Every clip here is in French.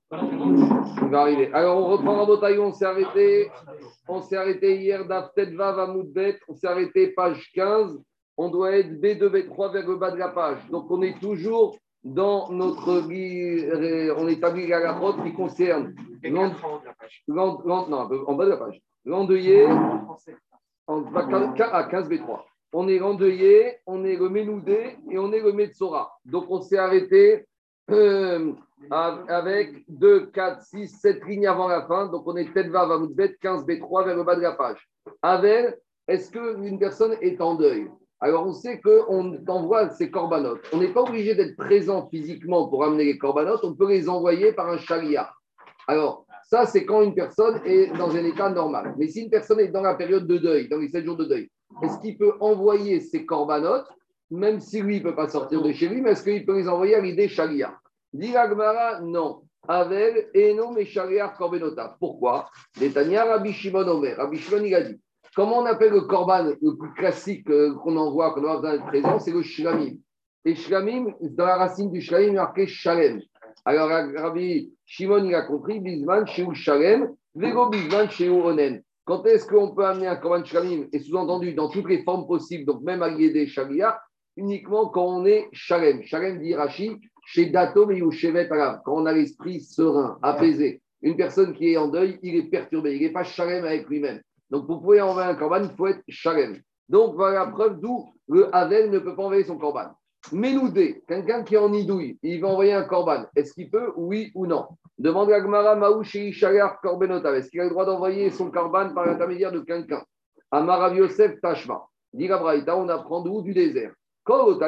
Il va arriver. Alors, on reprend Rabotaï, on s'est arrêté. On s'est arrêté hier d'Aftetva Vamoudbet. On s'est arrêté page 15. On doit être B2, B3 vers le bas de la page. Donc, on est toujours dans notre. On établit la garotte qui concerne. Non, en bas de la page. L'endeuillé. À 15 B3. On est l'endeuillé, on est le Ménoudé et on est le Metzora. Donc, on s'est arrêté. Avec 2, 4, 6, 7 lignes avant la fin. Donc, on est Tedva, Vamoudbet, 15, B3 vers le bas de la page. Avel, est-ce qu'une personne est en deuil? Alors, on sait qu'on envoie ces corbanotes. On n'est pas obligé d'être présent physiquement pour amener les corbanotes. On peut les envoyer par un chariard. Alors, ça, c'est quand une personne est dans un état normal. Mais si une personne est dans la période de deuil, dans les 7 jours de deuil, est-ce qu'il peut envoyer ces corbanotes, même si lui, il ne peut pas sortir de chez lui, mais est-ce qu'il peut les envoyer à l'idée chariard? Dit Agmara, non. Avel et non, mais chariard korbenota. Pourquoi? Détania Rabbi Shimon Omer. Rabbi Shimon, il a dit. Comment on appelle le korban le plus classique qu'on envoie, qu'on doit être présent? C'est le shlamim. Et shlamim, dans la racine du shlamim, il y a marqué shalem. Alors, Rabbi Shimon, il a compris, bisman, chez shalem, vego bisman, chez onen. Quand est-ce qu'on peut amener un korban shlamim? Et sous-entendu, dans toutes les formes possibles, donc même à l'idée chariard, uniquement quand on est shalem. Shalem, dit Rashi, chez Dato, mais ou chez Vetarav, quand on a l'esprit serein, apaisé, une personne qui est en deuil, il est perturbé, il n'est pas shalem avec lui-même. Donc, pour pouvoir envoyer un korban, il faut être shalem. Donc, voilà la preuve d'où le Havel ne peut pas envoyer son korban. Ménoudé, quelqu'un qui est en idouille, il va envoyer un korban. Est-ce qu'il peut, oui ou non? Demande à Gmara Maou chez Ishagar Korbenotav. Est-ce qu'il a le droit d'envoyer son korban par l'intermédiaire de quelqu'un? Amarav Yosef Tashma. Dit la Braïta, on apprend d'où? Du désert. Pendant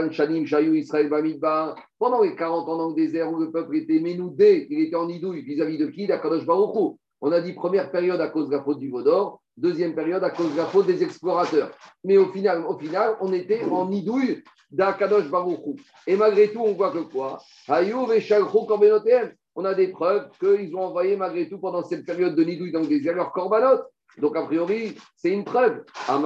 les 40 ans dans le désert où le peuple était ménoudé, il était en idouille vis-à-vis de qui? D'Akadosh Baruch Hu. On a dit première période à cause de la faute du Vaudor, deuxième période à cause de la faute des explorateurs. Mais au final on était en idouille d'Akadosh Baruch Hu. Et malgré tout, on voit que quoi? On a des preuves qu'ils ont envoyé malgré tout pendant cette période de nidouille dans le désert leur korbanot. Donc, a priori, c'est une preuve.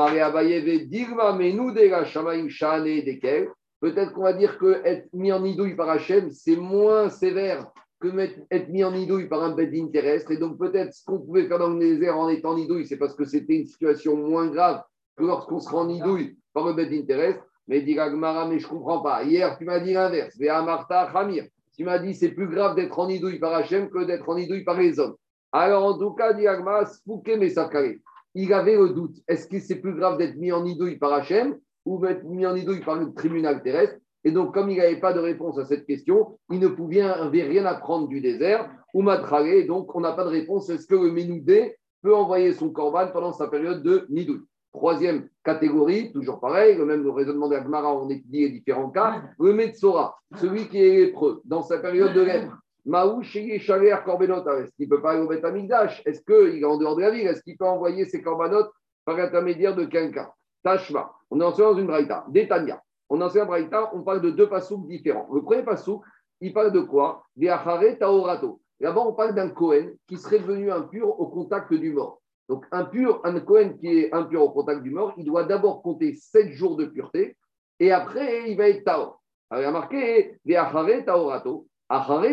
Peut-être qu'on va dire que être mis en idouille par Hachem, c'est moins sévère que être mis en idouille par un beddin terrestre. Et donc, peut-être ce qu'on pouvait faire dans le désert en étant en idouille, c'est parce que c'était une situation moins grave que lorsqu'on sera en idouille par le beddin terrestre. Mais dit Gmara, mais je ne comprends pas. Hier, tu m'as dit l'inverse. Tu m'as dit c'est plus grave d'être en idouille par Hachem que d'être en idouille par les hommes. Alors, en tout cas, dit Agma, Spouké Messakare. Il avait le doute. Est-ce que c'est plus grave d'être mis en idouille par Hachem ou d'être mis en idouille par le tribunal terrestre? Et donc, comme il n'avait pas de réponse à cette question, il ne pouvait rien apprendre du désert ou matralé. Donc, on n'a pas de réponse. Est-ce que le Ménoudé peut envoyer son korban pendant sa période de nidouille? Troisième catégorie, toujours pareil, le même raisonnement d'Agmara, on étudie les différents cas. Le Metzora, celui qui est lépreux, dans sa période de lèpre. Maou chez Chaler Korbenot, est-ce qu'il peut pas aller au Beth Amikdash? Est-ce qu'il est en dehors de la ville? Est-ce qu'il peut envoyer ses corbanotes par l'intermédiaire de quelqu'un? Tashma, on est enseigné dans une braïta. Détania, on enseigne en braïta, on parle de deux pasouks différents. Le premier pasouk, il parle de quoi? Ve'achare taorato. Là-bas, on parle d'un Kohen qui serait devenu impur au contact du mort. Donc, un Kohen qui est impur au contact du mort, il doit d'abord compter 7 jours de pureté et après, il va être taor. Alors, il y a marqué Ve'achare taorato. Après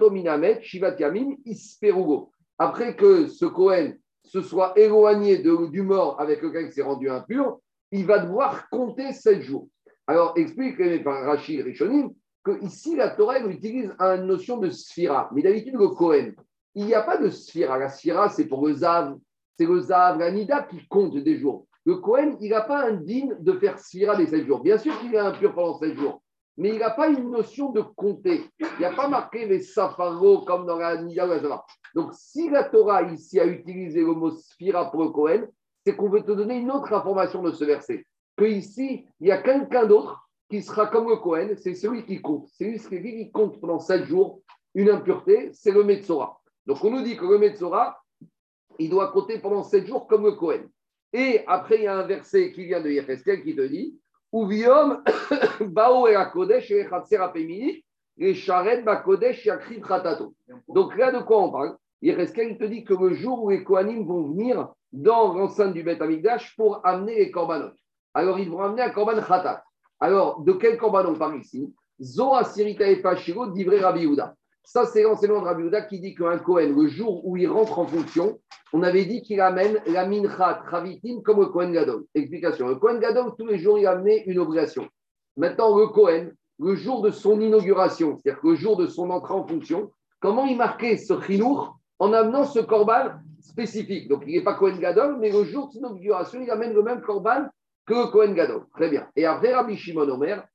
que ce Kohen se soit éloigné du mort avec lequel il s'est rendu impur, il va devoir compter 7 jours. Alors, explique par Rashi Rishonim que ici la Torah utilise une notion de sphira. Mais d'habitude, le Kohen, il n'y a pas de sphira. La sphira, c'est pour le Zav, la Nida qui compte des jours. Le Kohen, il n'a pas un digne de faire sphira des 7 jours. Bien sûr qu'il est impur pendant 7 jours. Mais il n'a pas une notion de compter. Il n'y a pas marqué les safaros comme dans la Nida ou la Zava. Donc, si la Torah ici a utilisé le mot sphira pour le Kohen, c'est qu'on veut te donner une autre information de ce verset. Que ici, il y a quelqu'un d'autre qui sera comme le Kohen, c'est celui qui compte. C'est celui qui compte pendant 7 jours une impureté, c'est le Metzora. Donc, on nous dit que le Metzora, il doit compter pendant 7 jours comme le Kohen. Et après, il y a un verset qui vient de Yecheskel qui te dit Uviom Bao et Akodesh et Chatser Apemini et Sharet Bakodesh Yakrit Khatato. Donc là, de quoi on parle? Yecheskel, il te dit que le jour où les Kohanim vont venir dans l'enceinte du Beth Amikdash pour amener les korbanot. Alors, ils vont amener un korban Khatat. Alors, de quel korban on parle ici? Zo Asirita et Pashiro d'Ivré Rabbi Yehuda. Ça, c'est l'enseignement de Rabbi Yehuda qui dit qu'un Kohen, le jour où il rentre en fonction, on avait dit qu'il amène la mincha travitin comme le Kohen Gadol. Explication. Le Kohen Gadol, tous les jours, il amenait une oblation. Maintenant, le Kohen, le jour de son inauguration, c'est-à-dire que le jour de son entrée en fonction, comment il marquait ce chinour en amenant ce korban spécifique. Donc, il n'est pas Kohen Gadol, mais le jour de son inauguration, il amène le même korban que le Kohen Gadol. Très bien. Et après, Rabbi Shimon Omer,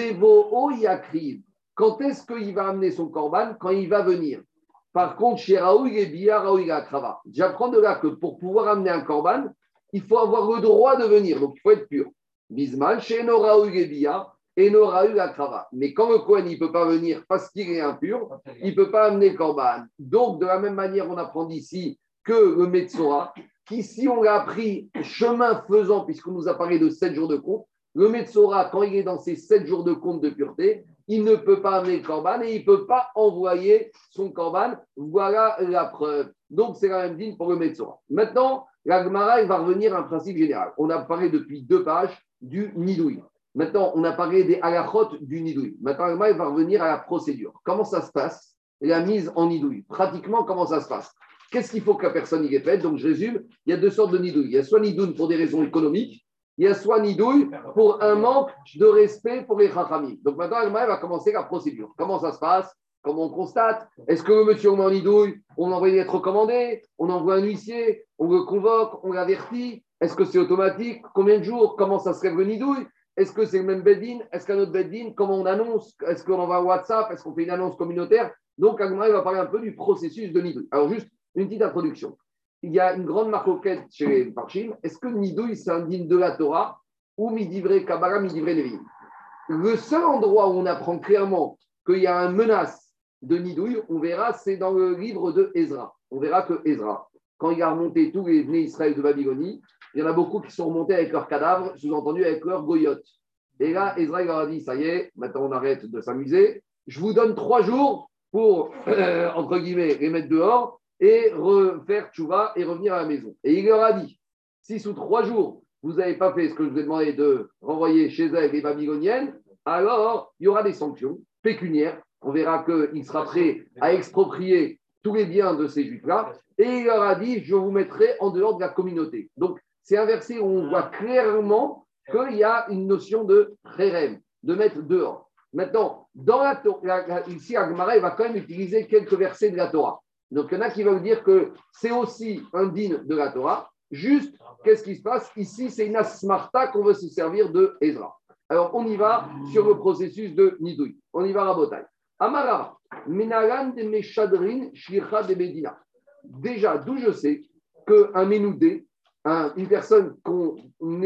Devo Yakriv. Quand est-ce qu'il va amener son korban? Quand il va venir. Par contre, chez Raoul et Bia, Raoul et Akrava. J'apprends de là que pour pouvoir amener un korban, il faut avoir le droit de venir. Donc, il faut être pur. Bisman, chez No Raoul et Bia, et No Raoul Akrava. Mais quand le Kohen, il ne peut pas venir parce qu'il est impur, il ne peut pas amener le korban. Donc, de la même manière, on apprend d'ici que le Metzora, qu'ici, on l'a appris chemin faisant, puisqu'on nous a parlé de 7 jours de compte. Le Metzora, quand il est dans ses 7 jours de compte de pureté, il ne peut pas amener le korban et il ne peut pas envoyer son korban. Voilà la preuve. Donc, c'est la même digne pour le Metzora. Maintenant, la Gemara va revenir à un principe général. On a parlé depuis 2 pages du Nidouille. Maintenant, on a parlé des halachot du Nidouille. Maintenant, la Gemara va revenir à la procédure. Comment ça se passe, la mise en Nidouille? Pratiquement, comment ça se passe? Qu'est-ce qu'il faut que la personne y répète? Donc, je résume. Il y a 2 sortes de Nidouille. Il y a soit Nidouille pour des raisons économiques. Il y a soit Nidouille pour un manque de respect pour les Chachamim. Donc maintenant, elle va commencer la procédure. Comment ça se passe? Comment on constate? Est-ce que le monsieur met en Nidouille? On envoie une lettre recommandée? On envoie un huissier? On le convoque? On l'avertit? Est-ce que c'est automatique? Combien de jours? Comment ça se lève le Nidouille? Est-ce que c'est le même beddin? Est-ce qu'un autre beddin? Comment on annonce? Est-ce qu'on envoie un WhatsApp? Est-ce qu'on fait une annonce communautaire? Donc, Agmara va parler un peu du processus de Nidouille. Alors, juste une petite introduction. Il y a une grande marcoquette chez les Parchim. Est-ce que Nidouille, c'est un digne de la Torah ou Midivre Kabbalah, Midivre Nevi'im? Le seul endroit où on apprend clairement qu'il y a une menace de Nidouille, on verra, c'est dans le livre de Ezra. On verra que Ezra, quand il a remonté tous les venus Israël de Babylonie, il y en a beaucoup qui sont remontés avec leurs cadavres, sous-entendu avec leurs goyotes. Et là, Ezra il leur a dit, ça y est, maintenant on arrête de s'amuser. Je vous donne 3 jours pour, entre guillemets, les mettre dehors et refaire tchouva et revenir à la maison. Et il leur a dit, si sous 3 jours, vous n'avez pas fait ce que je vous ai demandé de renvoyer chez elles les Babyloniennes, alors il y aura des sanctions pécuniaires. On verra qu'il sera prêt à exproprier tous les biens de ces Juifs-là. Et il leur a dit, je vous mettrai en dehors de la communauté. Donc, c'est un verset où on voit clairement qu'il y a une notion de chérem, de mettre dehors. Maintenant, dans ici, Agmara va quand même utiliser quelques versets de la Torah. Donc, il y en a qui veulent dire que c'est aussi un din de la Torah. Juste, qu'est-ce qui se passe? Ici, c'est une asmarta qu'on veut se servir de Ezra. Alors, on y va sur le processus de Nidouille. On y va, Rabotai. Amarara, Menalan de Meshadrin, Shlicha de Medina. Déjà, d'où je sais qu'un Ménoudé, une personne qu'on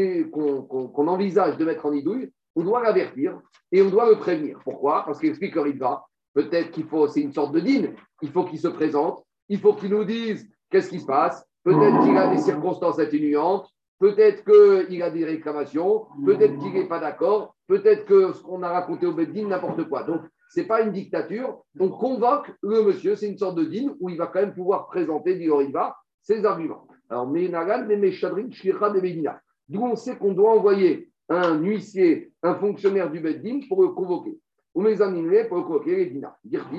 envisage de mettre en Nidouille, on doit l'avertir et on doit le prévenir. Pourquoi? Parce qu'il explique qu'il va. Peut-être qu'il faut, c'est une sorte de dîne, il faut qu'il se présente, il faut qu'il nous dise qu'est-ce qui se passe, peut-être qu'il a des circonstances atténuantes, peut-être qu'il a des réclamations, peut-être qu'il n'est pas d'accord, peut-être que ce qu'on a raconté au Beddin, n'importe quoi. Donc, ce n'est pas une dictature, on convoque le monsieur, c'est une sorte de dîne où il va quand même pouvoir présenter, dit Oriva, ses arguments. Alors, d'où on sait qu'on doit envoyer un huissier, un fonctionnaire du Beddin pour le convoquer. Ou mes amis, pour le convoquer, les dînars.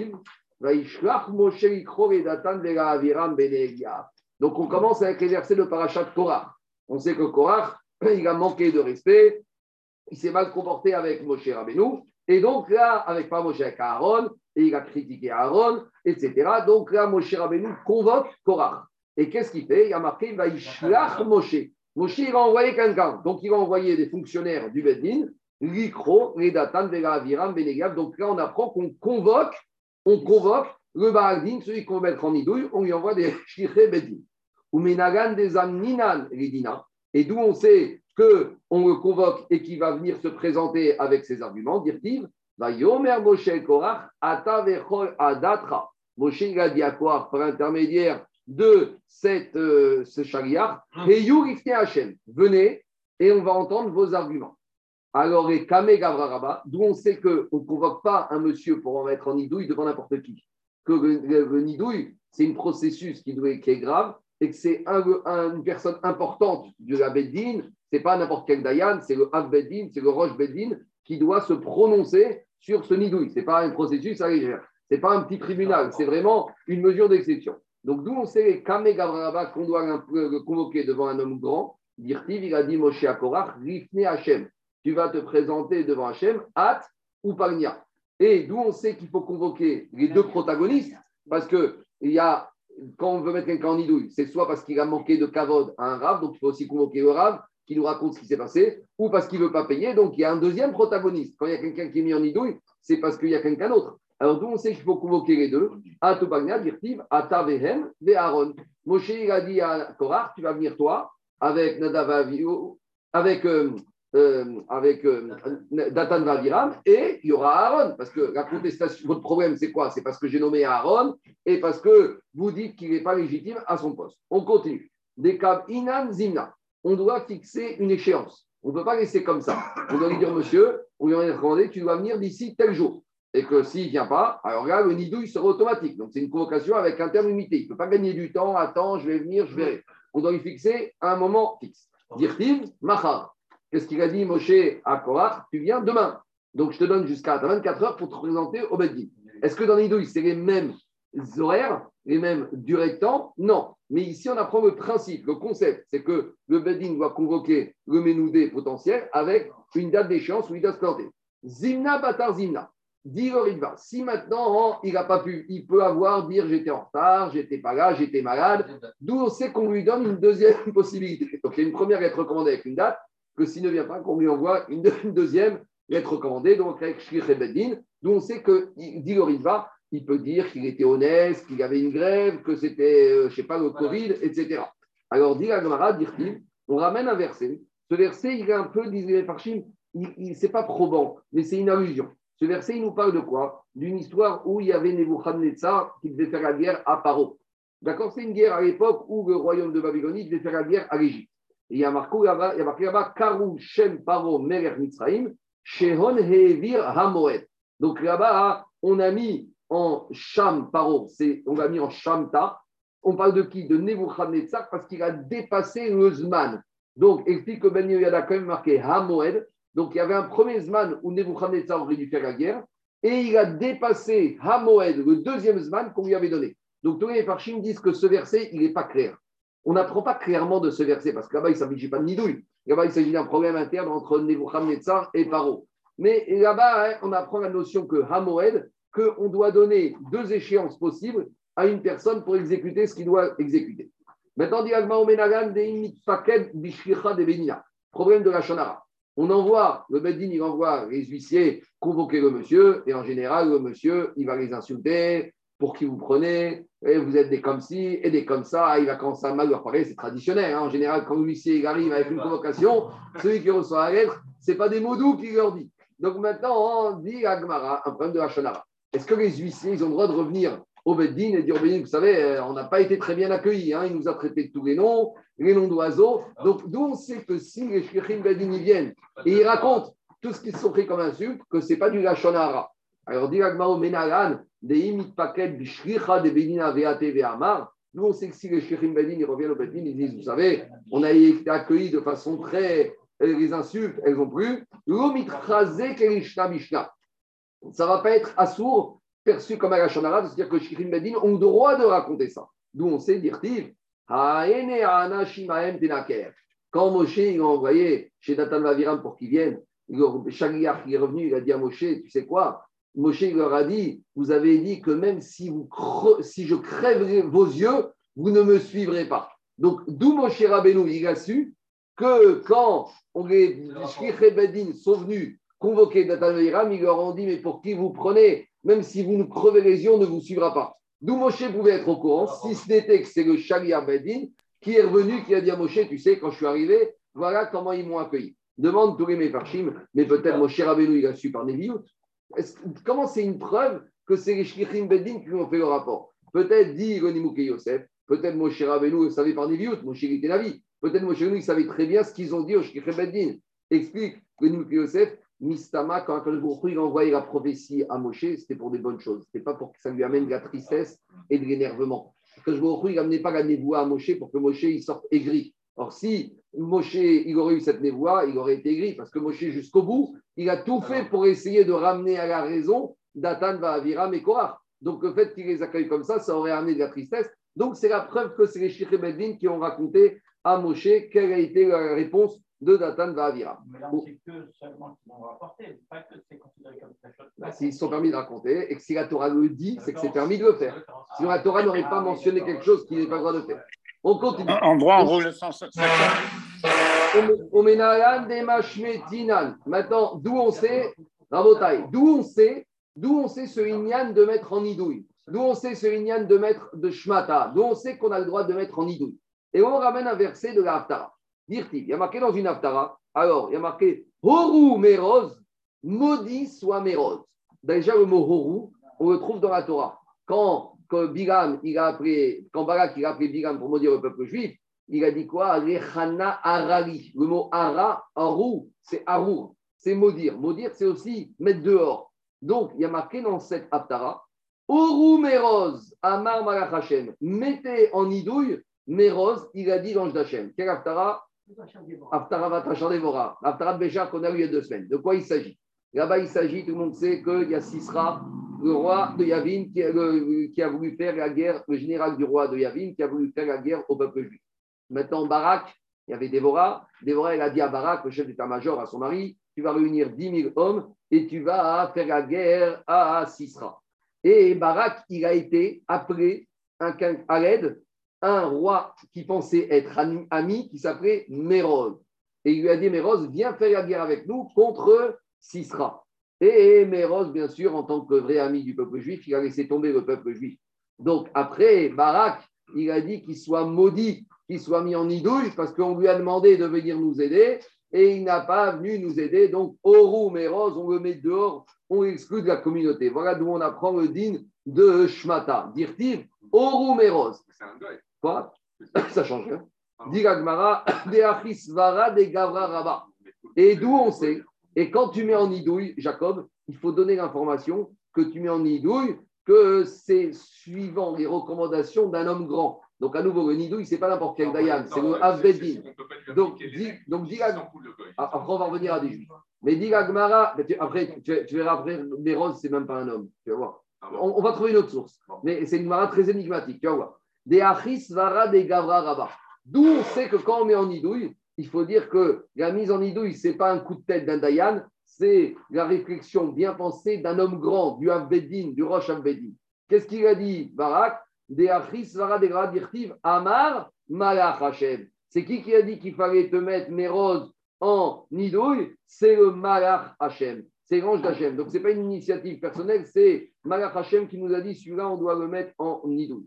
Donc, on commence avec les versets de Parashat Korach. On sait que Korach, il a manqué de respect, il s'est mal comporté avec Moshe Rabbeinu, et donc là, avec pas Moshe, avec Aaron, et il a critiqué Aaron, etc. Donc là, Moshe Rabbeinu convoque Korach. Et qu'est-ce qu'il fait? Il a marqué Vaishlach Moshe. Moshe, il va envoyer quelqu'un. Donc, il va envoyer des fonctionnaires du Beddin, l'Ikro, les Datan, Vega Aviram, Benegav. Donc là, on apprend qu'on convoque le Baaldin, celui qu'on va mettre en Nidouille, on lui envoie des Shliché Beddin. Ou Menagan des Amninan, Ridina. Et d'où on sait qu'on le convoque et qu'il va venir se présenter avec ses arguments, dire-t-il, va Yomer Moshe Korach, Ata Vechol Adatra. Moshe, il a dit à Korach, par l'intermédiaire de ce chariard, et Yurifne Hachem, venez et on va entendre vos arguments. Alors, et Kame Gavraraba, d'où on sait qu'on ne convoque pas un monsieur pour en mettre en nidouille devant n'importe qui. Que le nidouille, c'est un processus qui est grave et que c'est une personne importante de la Beddin. Ce n'est pas n'importe quel Dayan, c'est le Av Beddin, c'est le Roche Beddin qui doit se prononcer sur ce nidouille. Ce n'est pas un processus à légère. Ce n'est pas un petit tribunal, c'est vraiment une mesure d'exception. Donc, d'où on sait les Kameh Gavraba qu'on doit le convoquer devant un homme grand. Dirtiv, il a dit Moshe à Korach, Rifne Hachem. Tu vas te présenter devant Hachem, At ou Pagnia. Et d'où on sait qu'il faut convoquer les deux protagonistes, parce que il y a, quand on veut mettre quelqu'un en idouille, c'est soit parce qu'il a manqué de kavod à un rave, donc il faut aussi convoquer le rave qui nous raconte ce qui s'est passé, ou parce qu'il ne veut pas payer, donc il y a un deuxième protagoniste. Quand il y a quelqu'un qui est mis en idouille, c'est parce qu'il y a quelqu'un d'autre. Alors d'où on sait qu'il faut convoquer les deux, At ou Pagnia, Dirtiv, Ata Vehem, Ve Aaron. Moshe, il a dit à Korach, tu vas venir toi, avec Nadav Avihu, avec Datan Vaviram, et il y aura Aaron, parce que la contestation, votre problème c'est quoi? C'est parce que j'ai nommé Aaron et parce que vous dites qu'il n'est pas légitime à son poste. On continue. Des cas Inan Zimna, on doit fixer une échéance. On ne peut pas laisser comme ça. On doit lui dire, monsieur, on lui a recommandé, tu dois venir d'ici tel jour. Et que s'il ne vient pas, alors là, le nidouille sera automatique. Donc c'est une convocation avec un terme limité. Il ne peut pas gagner du temps, attends, je vais venir, je verrai. On doit lui fixer un moment fixe. Dirtiv, Machar. Qu'est-ce qu'il a dit, Moshe, à Korach? Tu viens demain. Donc, je te donne jusqu'à 24 heures pour te présenter au Beddin. Est-ce que dans les douilles, c'est les mêmes horaires, les mêmes durées de temps? Non. Mais ici, on apprend le principe, le concept. C'est que le Beddin doit convoquer le Ménoudé potentiel avec une date d'échéance où il doit se planter. Zimna Batar Zimna. Digoridva. Si maintenant, il n'a pas pu, il peut dire j'étais en retard, j'étais pas là, j'étais malade. D'où on sait qu'on lui donne une deuxième possibilité. Donc, il y a une première lettre recommandée avec une date, que s'il ne vient pas, qu'on lui envoie une deuxième lettre recommandée, donc avec Shlich et Beddin, d'où on sait que Digoridva, il peut dire qu'il était honnête, qu'il y avait une grève, que c'était, je ne sais pas, le Covid, etc. Alors, dit la Gemara, dit-il, on ramène un verset. Ce verset, il est un peu, disent les Farshim, c'est pas probant, mais c'est une allusion. Ce verset, il nous parle de quoi? D'une histoire où il y avait Nebuchadnezzar qui devait faire la guerre à Paro. D'accord? C'est une guerre à l'époque où le royaume de Babylonie devait faire la guerre à l'Égypte. Et il y a marqué là-bas, Karou Shem Paro Melech Mitzraim, Shehon Hevir Hamoed. Donc là-bas, on a mis en Sham Paro, on l'a mis en Shamta. On parle de qui? De Nebuchadnezzar parce qu'il a dépassé le Zman. Donc, explique que Ben Yehoyada a quand même marqué Hamoed. Donc, il y avait un premier Zman où Nebuchadnezzar aurait dû faire la guerre et il a dépassé Hamoed, le deuxième Zman qu'on lui avait donné. Donc, tous les Farshim disent que ce verset, il n'est pas clair. On n'apprend pas clairement de ce verset parce que là-bas, il ne s'agit pas de nidouille. Là-bas, il s'agit d'un problème interne entre Nebuchadnezzar et Paro. Mais là-bas, on apprend la notion que Hamoed, qu'on doit donner deux échéances possibles à une personne pour exécuter ce qu'il doit exécuter. Maintenant, problème de la Shonara. On envoie, le Beddin, il envoie les huissiers convoquer le monsieur, et en général, le monsieur, il va les insulter, pour qui vous prenez, et vous êtes des comme ci et des comme ça, il va commencer à mal leur parler, c'est traditionnel. En général, quand l'huissier il arrive avec une convocation, celui qui reçoit la lettre, ce n'est pas des mots doux qu'il leur dit. Donc maintenant, on dit à Gemara, un problème de la Shonara. Est-ce que les huissiers, ils ont le droit de revenir au Beddin et dire au Beddin, vous savez, on n'a pas été très bien accueillis, il nous a traités de tous les noms d'oiseaux. Donc, d'où on sait que si les Shlichim Beddin ils viennent et ils racontent tout ce qu'ils se sont pris comme insulte, que ce n'est pas du Lachon Hara. Alors, dit Agmao Menalan, des imit paquet du Shlicha de Beddin Veate Ve'amar. Nous, on sait que si les Shlichim Beddin ils reviennent au Beddin, ils disent, vous savez, on a été accueillis de façon très. Les insultes, elles ont plu. L'omitrasé Kelishna Mishna. Ça ne va pas être assourd perçu comme un Lachon Hara, c'est-à-dire que les Shlichim Beddin ont le droit de raconter ça. D'où on sait dire quand Moshe il a envoyé chez Datan Vaviram pour qu'ils viennent, Shaliach qui est revenu, il a dit à Moshe, tu sais quoi? Moshe il leur a dit, vous avez dit que même si je crèverai vos yeux, vous ne me suivrez pas. Donc d'où Moshe Rabbeinu, il a su que quand les Shlichei Beddin sont venus convoquer Datan Vaviram, ils leur ont dit, mais pour qui vous prenez? Même si vous nous crevez les yeux, on ne vous suivra pas. D'où Moshe pouvait être au courant, si ce n'était que c'est le Shaliach Beddin qui est revenu, qui a dit à Moshe, tu sais, quand je suis arrivé, voilà comment ils m'ont accueilli. Demande tous les Mefarshim, mais peut-être Moshe Rabbeinu, il a su par Neviut. Comment c'est une preuve que c'est les Shlichim Beddin qui ont fait le rapport? Peut-être dit le Nimouké Yosef, peut-être Moshe Rabbeinu le savait par Neviut, Moshe était Navi. Peut-être Moshe Rabbeinu, il savait très bien ce qu'ils ont dit aux Shlichim Beddin. Explique le Nimouké Yosef. Mistama, quand Akadosh Baruch Hu, il a envoyé la prophétie à Moshe, c'était pour des bonnes choses. Ce n'était pas pour que ça lui amène de la tristesse et de l'énervement. Akadosh Baruch Hu, il n'amenait pas la névoie à Moshe pour que Moshe il sorte aigri. Or, si Moshe il aurait eu cette névoie, il aurait été aigri parce que Moshe, jusqu'au bout, il a tout fait pour essayer de ramener à la raison Datan, Vahaviram et Korach. Donc le fait qu'il les accueille comme ça aurait amené de la tristesse. Donc c'est la preuve que c'est les Shichem Bedin qui ont raconté à Moshe quelle a été la réponse de Datan Va'avira. Mais là, c'est que seulement qu'ils vont rapporter, pas que c'est considéré comme quelque chose. S'ils se sont permis de raconter et que si la Torah le dit, c'est que c'est permis de le faire. Sinon la Torah n'aurait pas mentionné quelque chose qu'il n'est pas le droit de faire. On continue. En droit, on roule le sens. Maintenant, d'où on sait, Rabotai, d'où on sait ce inyan de mettre en idouille, d'où on sait ce inyan de mettre de shmata, d'où on sait qu'on a le droit de mettre en idouille. Et on ramène un verset de la Haftara. Il y a marqué dans une Haftara, alors il y a marqué Horu Meroz, maudit soit Meroz. Déjà le mot Horu, on le trouve dans la Torah. Quand Bilam, quand Barak il a appelé Bilam pour maudire le peuple juif, il a dit quoi? Lechana Arari. Le mot Ara, Arou, c'est Arou, c'est maudire. Maudire, c'est aussi mettre dehors. Donc, il y a marqué dans cette Haftara, Horu Meroz, Amar Malach Hashem. Mettez en idouille Meroz, il a dit l'ange d'Hachem. Quel Haftara? Haftara Vatachar Devora. Haftara de Béchar qu'on a eu il y a 2 semaines. De quoi il s'agit? Là-bas, il s'agit, tout le monde sait qu'il y a Sisra, le roi de Yavin, qui a voulu faire la guerre, le général du roi de Yavin, qui a voulu faire la guerre au peuple juif. Maintenant, Barak, il y avait Déborah. Déborah, elle a dit à Barak, le chef d'état-major, à son mari, tu vas réunir 10 000 hommes et tu vas faire la guerre à Sisra. Et Barak, il a été appelé à l'aide un roi qui pensait être ami, qui s'appelait Méroz. Et il lui a dit, Méroz, viens faire la guerre avec nous contre Sisra. Et Méroz, bien sûr, en tant que vrai ami du peuple juif, il a laissé tomber le peuple juif. Donc après, Barak, il a dit qu'il soit maudit, qu'il soit mis en idouille, parce qu'on lui a demandé de venir nous aider, et il n'a pas venu nous aider. Donc, Horu Méroz, on le met dehors, on l'exclut de la communauté. Voilà d'où on apprend le din de Shmata. Dire-t-il, Horu Méroz. C'est un goy. Quoi? Ça change rien. Dit Gagmara, de Achisvara, de Gavra Rabba. Et d'où on sait, et quand tu mets en idouille, Jacob, il faut donner l'information que tu mets en idouille, que c'est suivant les recommandations d'un homme grand. Donc, à nouveau, le nidouille, ce n'est pas n'importe quel Dayan, c'est le Avbedin. Donc, après, on va revenir à des juifs. Mais dit Gagmara, après, tu verras, après, Méroz, ce n'est même pas un homme. Tu vas voir. On va trouver une autre source. Mais c'est une Mara très énigmatique. Tu vas voir. Des Achis Vara des Gavra Rabba. D'où on sait que quand on met en idouille, il faut dire que la mise en idouille, ce n'est pas un coup de tête d'un Dayan, c'est la réflexion bien pensée d'un homme grand, du Avbedin, du Rosh Avbedin. Qu'est-ce qu'il a dit, Barak? Des Achis Vara des Gavra Dirtiv Amar Malach Hashem. C'est qui a dit qu'il fallait te mettre Méroz en idouille? C'est le Malach Hashem. C'est l'ange d'Hachem. Donc, ce n'est pas une initiative personnelle, c'est Malach Hashem qui nous a dit celui-là, on doit le mettre en nidouille.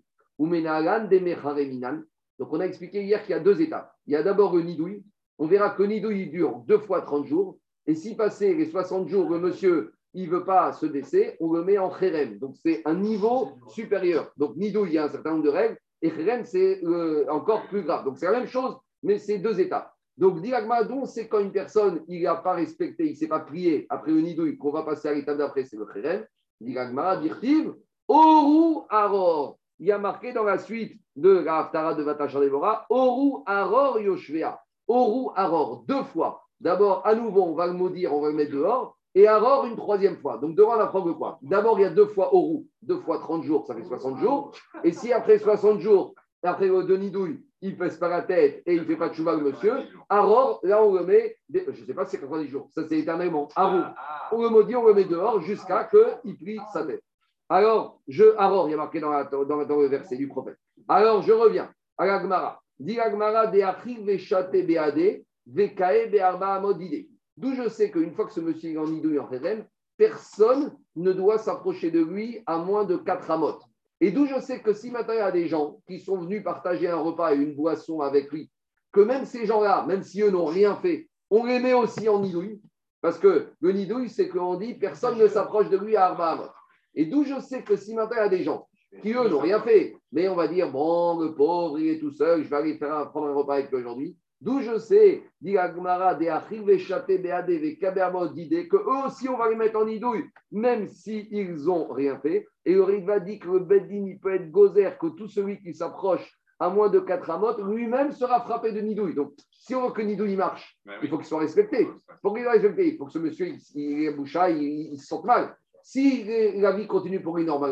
Donc, on a expliqué hier qu'il y a 2 étapes. Il y a d'abord le nidouille. On verra que le nidouille dure 2 fois 30 jours. Et si passé les 60 jours, le monsieur, il ne veut pas se baisser, on le met en chérem. Donc, c'est un niveau supérieur. Donc, nidouille, il y a un certain nombre de règles. Et chérem, c'est encore plus grave. Donc, c'est la même chose, mais c'est 2 étapes. Donc, Diragmadon, c'est quand une personne, il n'a pas respecté, il ne s'est pas prié après le nidouille, qu'on va passer à l'étape d'après, c'est le chérem. Diragma, dirtiv, Oru Aror. Il y a marqué dans la suite de la Haftara de Vatachar Devora, Oru Aror Yoshvea. Oru Aror, 2 fois. D'abord, à nouveau, on va le maudire, on va le mettre dehors. Et Aror, une 3e fois. Donc, devant, on apprend quoi? D'abord, il y a 2 fois Oru, 2 fois 30 jours, ça fait 60 jours. Et si après 60 jours, après le nidouille, il ne pèse pas la tête et il ne fait pas de chouva, le monsieur, Aror, là, on le met, je ne sais pas si c'est 90 jours, ça c'est éternellement. Aror, on le maudit, on le met dehors jusqu'à qu'il plie sa tête. Alors, Aror, il y a marqué dans le verset du prophète. Alors, je reviens à la Gemara. Dit la Gemara, de Achir Veshate Beade, Vekae Bearba Amodide. D'où je sais qu'une fois que ce monsieur est en nidouille en Chérem, personne ne doit s'approcher de lui à moins de 4 amotes. Et d'où je sais que si maintenant il y a des gens qui sont venus partager un repas et une boisson avec lui, que même ces gens-là, même si eux n'ont rien fait, on les met aussi en nidouille. Parce que le nidouille, c'est qu'on dit personne ne s'approche de lui à Arba Amot. Et d'où je sais que si maintenant il y a des gens qui, eux, n'ont rien fait, mais on va dire, bon, le pauvre, il est tout seul, je vais aller prendre un repas avec lui aujourd'hui. D'où je sais, dit Agmara, des Achil Veshate Beade, des Kabermot d'idée, que eux aussi, on va les mettre en nidouille, même s'ils n'ont rien fait. Et le Riva dit que le Beddin, il peut être gozer, que tout celui qui s'approche à moins de 4 amotes, lui-même sera frappé de nidouille. Donc, si on veut que nidouille marche, il faut qu'il soit respecté. Pour qu'il soit respecté, il faut que ce monsieur, il est boucha, il se sente mal. Si la vie continue pour lui normalement,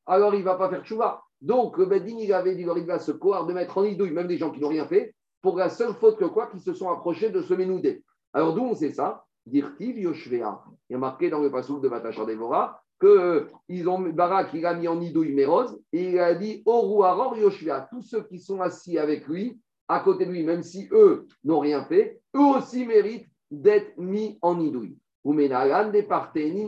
alors il ne va pas faire tchouva. Donc, le Beddin, il avait dit, il va se croire de mettre en idouille, même des gens qui n'ont rien fait, pour la seule faute que quoi, qu'ils se sont approchés de se ménouder. Alors, d'où on sait ça? Dirtiv Yoshvea. Il y a marqué dans le passouk de Vatachar Devora que Barak, il a mis en idouille Méroz, et il a dit, Oru Aror Yoshvea. Tous ceux qui sont assis avec lui, à côté de lui, même si eux n'ont rien fait, eux aussi méritent d'être mis en idouille. Ou Menalan des Parténin.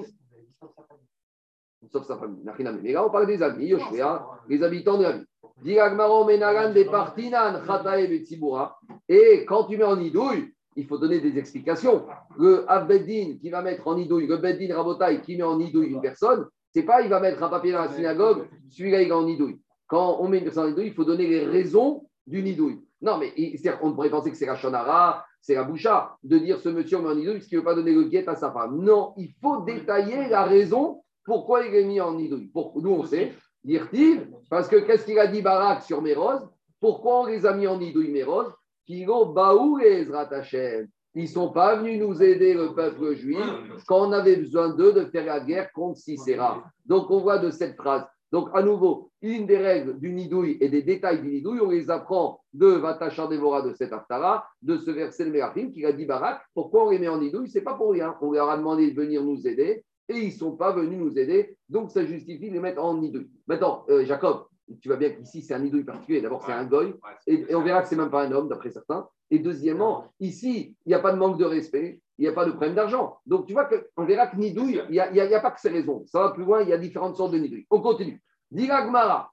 Sauf sa famille. Mais là, on parle des amis, Yoshua, les habitants de la ville. Diragmaro Menagan des Partinan, Khatae Betsibura. Et quand tu mets en idouille, il faut donner des explications. Le Abbeddin qui va mettre en idouille, le Beddin Rabotai qui met en idouille une personne, c'est pas il va mettre un papier dans la synagogue, celui-là il est en idouille. Quand on met une personne en idouille, il faut donner les raisons d'une idouille. Non, mais on pourrait penser que c'est la Shonara, c'est la Boucha, de dire ce monsieur met en idouille parce qu'il ne veut pas donner le guet à sa femme. Non, il faut détailler la raison. Pourquoi il est mis en idouille? Nous, on sait, dire-t-il, parce que qu'est-ce qu'il a dit Barak sur Méroz? Pourquoi on les a mis en idouille Méroz? Kigo Baou et Ezrat Hashem. Ils ne sont pas venus nous aider, le peuple juif, quand on avait besoin d'eux de faire la guerre contre Sisera. Donc, on voit de cette phrase. Donc, à nouveau, une des règles du nidouille et des détails du nidouille, on les apprend de Vatachar Devora de cet Haftara, de ce verset de Merachim qui a dit Barak. Pourquoi on les met en nidouille? Ce n'est pas pour rien. On leur a demandé de venir nous aider. Et ils ne sont pas venus nous aider, donc ça justifie de les mettre en nidouille. Maintenant, Jacob, tu vois bien qu'ici, c'est un nidouille particulier. D'abord, c'est un goy, et on verra que ce n'est même pas un homme, d'après certains. Et deuxièmement, ici, il n'y a pas de manque de respect, il n'y a pas de problème d'argent. Donc, tu vois qu'on verra que nidouille, il n'y a pas que ces raisons. Ça va plus loin, il y a différentes sortes de nidouille. On continue. Diragmara,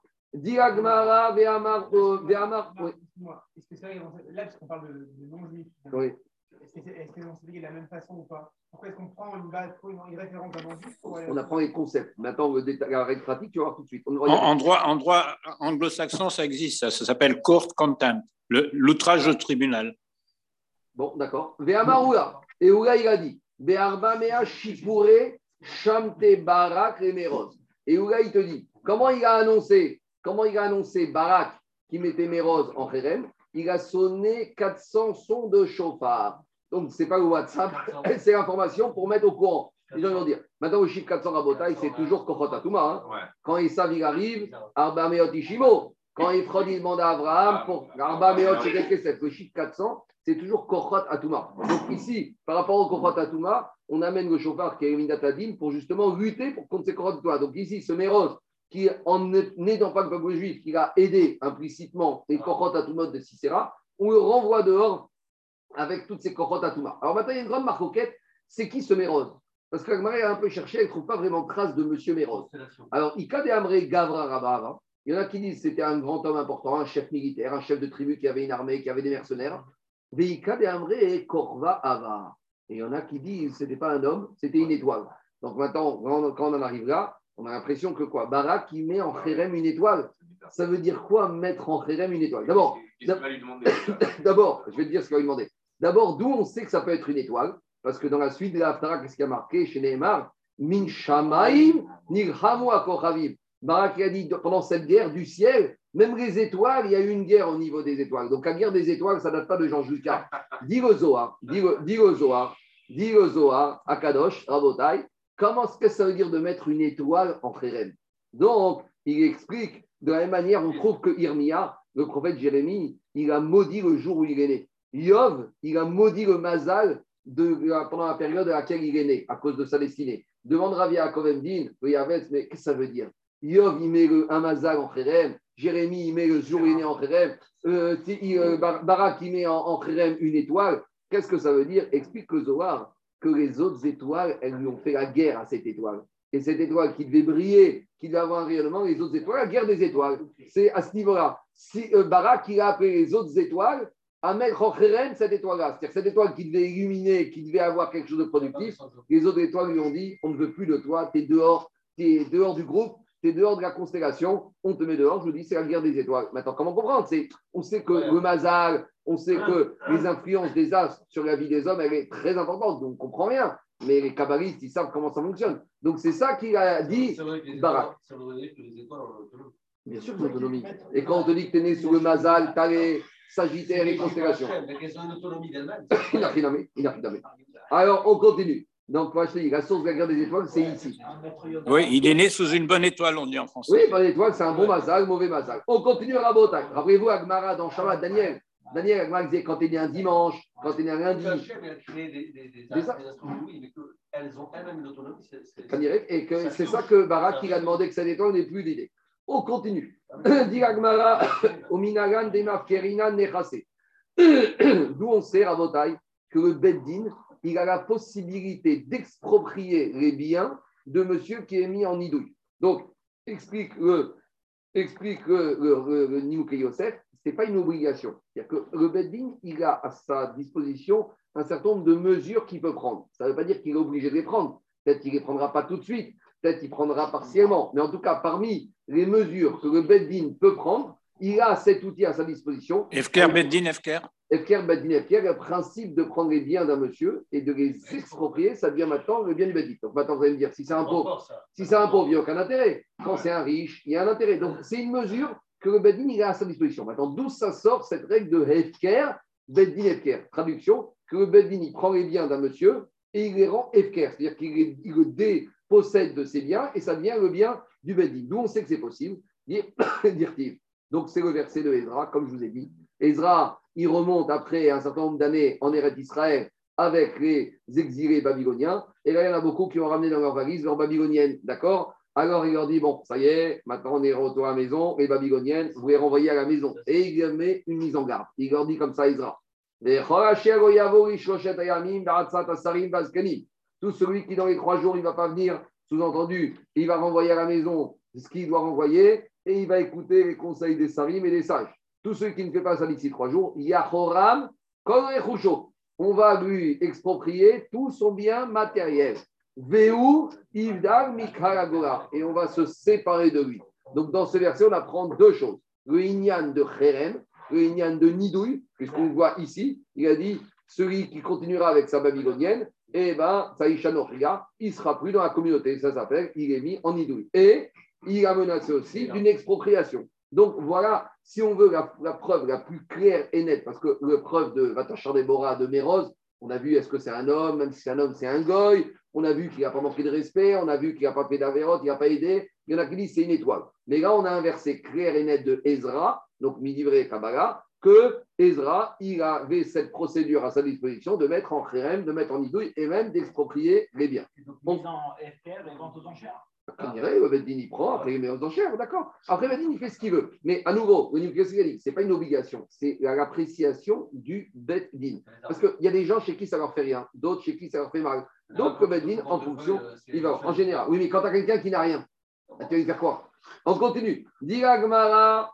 Ve'amar. Oui. Est-ce que c'est vrai, là, parce qu'on parle de non-juif, oui. Est-ce que c'est de la même façon ou pas? Pourquoi est-ce qu'on prend une référence à non-juif? On apprend les concepts. Maintenant, la règle pratique, tu vas voir tout de suite. En droit anglo-saxon, ça existe. Ça s'appelle court contempt, l'outrage au tribunal. Bon, d'accord. Ve'amaroula. Et Oula, il a dit Ve'arba mea shipure shamte barak remeroz. Et Oula, il te dit comment il a annoncé Barak qui mettait Méroz en Kherem? Il a sonné 400 sons de chauffard. Donc, ce n'est pas le WhatsApp, c'est l'information pour mettre au courant. Les gens vont dire, maintenant, au chiffre 400 Rabotai, c'est toujours Kochot Atouma. Hein. Quand Esav il arrive, Arba Meot Ishimo. Quand Ephron il demande à Abraham pour Arba Meot Shekel Kesef, le chiffre 400, c'est toujours Kochot Atouma. Donc, ici, par rapport au Kochot Atouma, on amène le chauffard qui est Minatadim pour justement lutter contre ces Kochot Atouma. Donc, ici, ce Méroz, qui, en n'aidant pas le peuple juif, qui a aidé implicitement les Kochot Atouma de Sisera, on le renvoie dehors avec toutes ces Kochot Atouma. Alors maintenant, il y a une grande marcoquette, c'est qui ce Méroz? Parce que l'Agmaré a un peu cherché, elle ne trouve pas vraiment trace de monsieur Méroz. Alors, Ika de Amré Gavra Rabba, il y en a qui disent que c'était un grand homme important, un chef militaire, un chef de tribu qui avait une armée, qui avait des mercenaires. Veika de Amré Korva Ava. Et il y en a qui disent que ce n'était pas un homme, c'était une étoile. Donc maintenant, quand on en arrive là, on a l'impression que quoi? Barak, il met en Kherem une étoile. Ça veut dire quoi mettre en Kherem une étoile? D'abord, je vais te dire ce qu'il va lui demander. D'abord, d'où on sait que ça peut être une étoile? Parce que dans la suite de la Haftara, qu'est-ce qui a marqué chez Nehemar? Min Shamaim Nilhamu Akochavim. Barak a dit pendant cette guerre du ciel, même les étoiles, il y a eu une guerre au niveau des étoiles. Donc la guerre des étoiles, ça ne date pas de Jean Lucas. Dis le Zohar, Akadosh, Rabotai. Comment est-ce que ça veut dire de mettre une étoile en Kherem? Donc, il explique, de la même manière, on trouve que Irmia, le prophète Jérémie, il a maudit le jour où il est né. Yov, il a maudit le Mazal pendant la période à laquelle il est né, à cause de sa destinée. Demande Rav Yaakov Emdin, mais qu'est-ce que ça veut dire? Yov, il met un Mazal en Kherem, Jérémie, il met le jour où il est né en Kherem, Barak, il met en Kherem une étoile. Qu'est-ce que ça veut dire? Explique le Zohar que les autres étoiles, elles lui ont fait la guerre à cette étoile. Et cette étoile qui devait briller, qui devait avoir un rayonnement, les autres étoiles, la guerre des étoiles. C'est à ce niveau-là. Si Barak, il a appelé les autres étoiles à mettre en Kherem cette étoile-là. C'est-à-dire cette étoile qui devait illuminer, qui devait avoir quelque chose de productif, les autres étoiles lui ont dit, on ne veut plus de toi, tu es dehors du groupe, tu es dehors de la constellation, on te met dehors. Je vous dis, c'est la guerre des étoiles. Maintenant, comment comprendre? On sait que le Mazal, on sait que les influences des astres sur la vie des hommes, elle est très importante, donc on ne comprend rien. Mais les kabbalistes, ils savent comment ça fonctionne. Donc c'est ça qu'il a dit Barak. Bien sûr, l'autonomie. Et quand on te dit que tu es né sous le Mazal, tu as les Sagittaires et les constellations. Alors, on continue. Donc, moi, je te dis, la source de la guerre des étoiles, c'est ici. Oui, il est né sous une bonne étoile, on dit en français. Oui, bonne étoile, c'est un bon mazal, mauvais mazal. On continue à Rabotak. Rappelez-vous, Agmara, dans Shabbat, Daniel, Agmara disait quand tu es né un dimanche, quand tu es né un lundi. Hachem a créé des astronomies, mais qu'elles ont elles-mêmes une autonomie. Et que c'est ça que Barak, il a demandé que cette étoile n'ait plus d'idée. On continue. Dit Agmara, au Minagan, Demaf, Kerina, Nechase. D'où on sait, Rabotai, que le Beddin, il a la possibilité d'exproprier les biens de monsieur qui est mis en idouille. Donc, explique le Niouk et Yosef, ce n'est pas une obligation. C'est-à-dire que le Beddin, il a à sa disposition un certain nombre de mesures qu'il peut prendre. Ça ne veut pas dire qu'il est obligé de les prendre. Peut-être qu'il ne les prendra pas tout de suite, peut-être qu'il prendra partiellement. Mais en tout cas, parmi les mesures que le Beddin peut prendre, il a cet outil à sa disposition. Efker, Beddin, Efker. Efker, Beddin, Efker, le principe de prendre les biens d'un monsieur et de les exproprier, ça devient maintenant le bien du Beddin. Donc maintenant, vous allez me dire, si c'est un pauvre, il n'y a aucun intérêt. Quand c'est un riche, il y a un intérêt. Donc c'est une mesure que le Beddin il a à sa disposition. Maintenant, d'où ça sort cette règle de Efker, Beddin, Efker. Traduction, que le Beddin il prend les biens d'un monsieur et il les rend Efker. C'est-à-dire qu'il le dépossède de ses biens et ça devient le bien du Beddin. D'où on sait que c'est possible, dire-t-il. Donc, c'est le verset de Ezra, comme je vous ai dit. Ezra, il remonte après un certain nombre d'années en Eretz Israël avec les exilés babyloniens. Et là, il y en a beaucoup qui ont ramené dans leur valise leur babylonienne. D'accord? Alors, il leur dit, bon, ça y est, maintenant on est retour à la maison. Les babyloniennes, vous les renvoyez à la maison. Et il leur met une mise en garde. Il leur dit comme ça, Ezra. Tout celui qui, dans les 3 jours, il ne va pas venir, sous-entendu, il va renvoyer à la maison ce qu'il doit renvoyer. Et il va écouter les conseils des sarim et des sages. Tous ceux qui ne font pas ça d'ici 3 jours, Yahoram, on va lui exproprier tout son bien matériel. Veu, Ivdal, Mikaragora. Et on va se séparer de lui. Donc dans ce verset, on apprend 2 choses. Le Inyan de Kherem, le Inyan de Nidouille, puisqu'on voit ici, il a dit celui qui continuera avec sa babylonienne, eh bien, Saïchanoria, il ne sera plus dans la communauté. Ça s'appelle, il est mis en Nidouille. Et il a menacé aussi d'une expropriation. Donc voilà, si on veut la preuve la plus claire et nette, parce que la preuve de Vatachar Déborah de Méroz, on a vu est-ce que c'est un homme, même si c'est un homme, c'est un goy, on a vu qu'il n'a pas manqué de respect, on a vu qu'il n'a pas fait d'Averot, il n'a pas aidé, il y en a qui disent c'est une étoile. Mais là, on a un verset clair et net de Ezra, donc Midivre Kabbalah, que Ezra, il avait cette procédure à sa disposition de mettre en khérem, de mettre en idouille et même d'exproprier les biens. Donc, mise en FR et vente aux enchères. Le Beddin, il prend, après il met aux enchères, d'accord. Après, le Beddin, il fait ce qu'il veut. Mais à nouveau, ce n'est pas une obligation, c'est l'appréciation du Beddin. Parce qu'il y a des gens chez qui ça leur fait rien, d'autres chez qui ça leur fait mal. Donc, le Beddin, en fonction, il va en général. Oui, mais quand tu as quelqu'un qui n'a rien, tu vas lui faire quoi? On continue. Diragmara,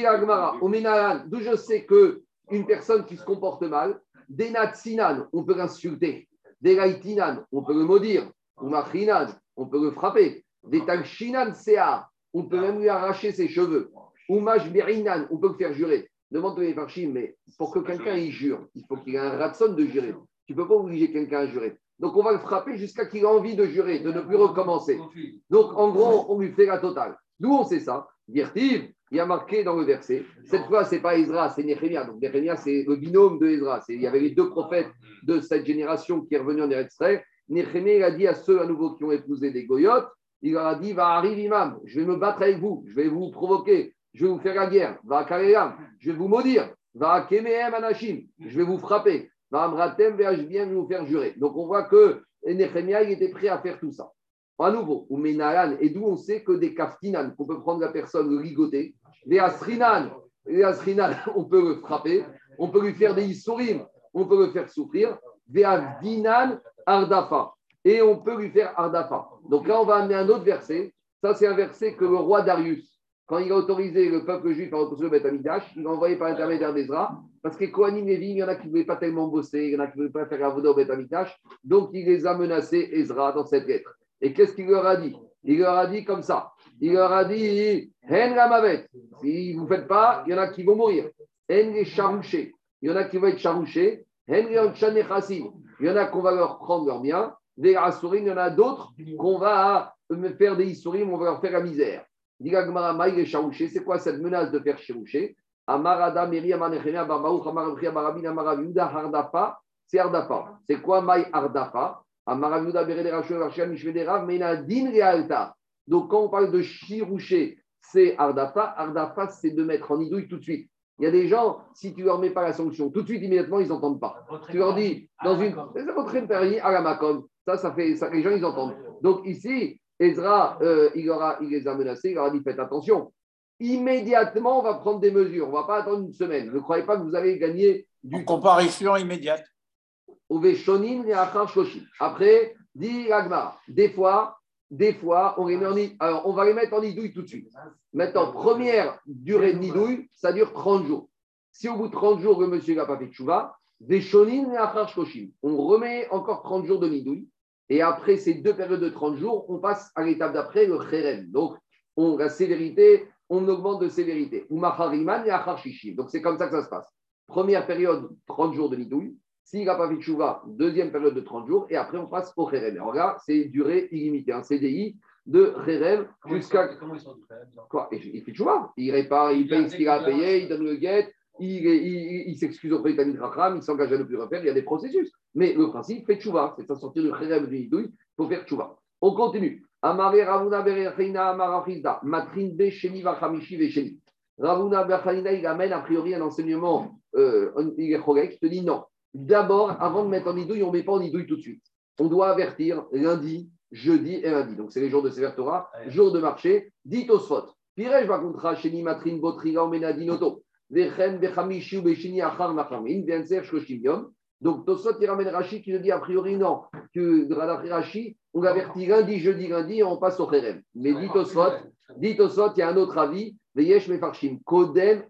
au Minaran, d'où je sais qu'une personne qui se comporte mal, des Natsinan, on peut l'insulter, des Laitinan, on peut le maudire, ou Machinan, on peut le frapper. Des Talshinan Seah, on peut même lui arracher ses cheveux. Ou Mashberinan, on peut le faire jurer. Demande les Farchim, mais pour que quelqu'un y jure, il faut qu'il ait un ratson de jurer. Tu ne peux pas obliger quelqu'un à jurer. Donc on va le frapper jusqu'à qu'il ait envie de jurer, de ne plus recommencer. Donc en gros, on lui fait la totale. D'où on sait ça? Dirtiv, il y a marqué dans le verset. Cette fois, ce n'est pas Ezra, c'est Néhémia. Donc Néhémia, c'est le binôme de Ezra. Il y avait les 2 prophètes de cette génération qui est revenu en Eretz Israël. Néhémia, il a dit à ceux à nouveau qui ont épousé des goyotes, il leur a dit, va arriver imam, je vais me battre avec vous, je vais vous provoquer, je vais vous faire la guerre, va kaream, je vais vous maudire, va kemehem anashim, je vais vous frapper, va amratem, je viens vous faire jurer. Donc on voit que Néhémia, il était prêt à faire tout ça. À nouveau, ou menalan, et d'où on sait que des kaftinan, qu'on peut prendre la personne, le ligoter, des asrinan, on peut le frapper, on peut lui faire des issourim, on peut le faire souffrir, des avdinan ardafa. Et on peut lui faire Ardafa. Donc là, on va amener un autre verset. Ça, c'est un verset que le roi Darius, quand il a autorisé le peuple juif à reconstruire le Beth Amikdash, il l'a envoyé par l'intermédiaire d'Ezra, parce que Kohanim Lévi, il y en a qui ne voulaient pas tellement bosser, il y en a qui ne voulaient pas faire Avoda au Beth Amikdash. Donc, il les a menacés, Ezra, dans cette lettre. Et qu'est-ce qu'il leur a dit? Il leur a dit comme ça. Il leur a dit Hen Ramavet. Si vous ne faites pas, il y en a qui vont mourir. Hen les charouchés. Il y en a qui vont être charouchés. Hen les Chassim. Il y en a qu'on va leur prendre leurs biens. Des Assourim, il y en a d'autres qu'on va faire des Issourim, on va leur faire la misère. C'est quoi cette menace de faire chiroucher? Amarada, Meri, Amanechemia, Barbaouk, Amarabria, Barabin, Amaraviuda, Hardafa, c'est Ardafa. C'est quoi Maï Ardafa? Amaravuda Berede Rachel Rachel Mishvederav, mais il a din realta. Donc, quand on parle de chirouché, c'est Ardafa. Ardafa, c'est de mettre en idouille tout de suite. Il y a des gens, si tu leur mets pas la sanction, tout de suite, immédiatement, ils n'entendent pas. Tu leur dis, dans une. C'est votre interdit à la Macom. Ça fait. Ça, les gens, ils entendent. Donc, ici, Ezra, il les a menacés, il leur a dit faites attention. Immédiatement, on va prendre des mesures. On ne va pas attendre une semaine. Ne croyez pas que vous allez gagner du temps. Comparution immédiate. Après, dit Ragmar, des fois, on les met en idouille. Alors, on va les mettre en idouille tout de suite. Maintenant, première durée de nidouille, ça dure 30 jours. Si au bout de 30 jours, le monsieur n'a pas fait de chouva, on remet encore 30 jours de nidouille. Et après ces deux périodes de 30 jours, on passe à l'étape d'après, le kherem. Donc, la sévérité, on augmente de sévérité. Donc, c'est comme ça que ça se passe. Première période, 30 jours de nidouille. S'il n'a pas fait de chouva, deuxième période de 30 jours. Et après, on passe au kherem. Alors là, c'est durée illimitée. Un CDI de kherem jusqu'à. Comment ils sont du kherem? Quoi? Il fait de chouva. Il répare, il paye ce qu'il a payé, il donne le guet. Il s'excuse auprès du Talmid Chacham, il s'engage à ne plus refaire, il y a des processus. Mais le principe, fait tchouva, c'est à sortir du kherem du nidouille, il faut faire tchouva. On continue. Amaré Ravuna Berechina Amarafizda, Matrin Becheni Vachamishi Vecheni. Ravuna Berechina, il amène a priori un enseignement, il est correct, il te dit non. D'abord, avant de mettre en nidouille, on ne met pas en nidouille tout de suite. On doit avertir lundi, jeudi et lundi. Donc c'est les jours de Sefer Torah, jours de marché, dit Tosfot. Pirej Vakuntra Sheni Matrin Botriga Omenadinoto. Donc, Tosfot, il ramène Rashi qui nous dit a priori non, que Rashi, on l'avertit lundi, jeudi, lundi, et on passe au Kherem. Mais dit Tosfot, il y a un autre avis, Kodem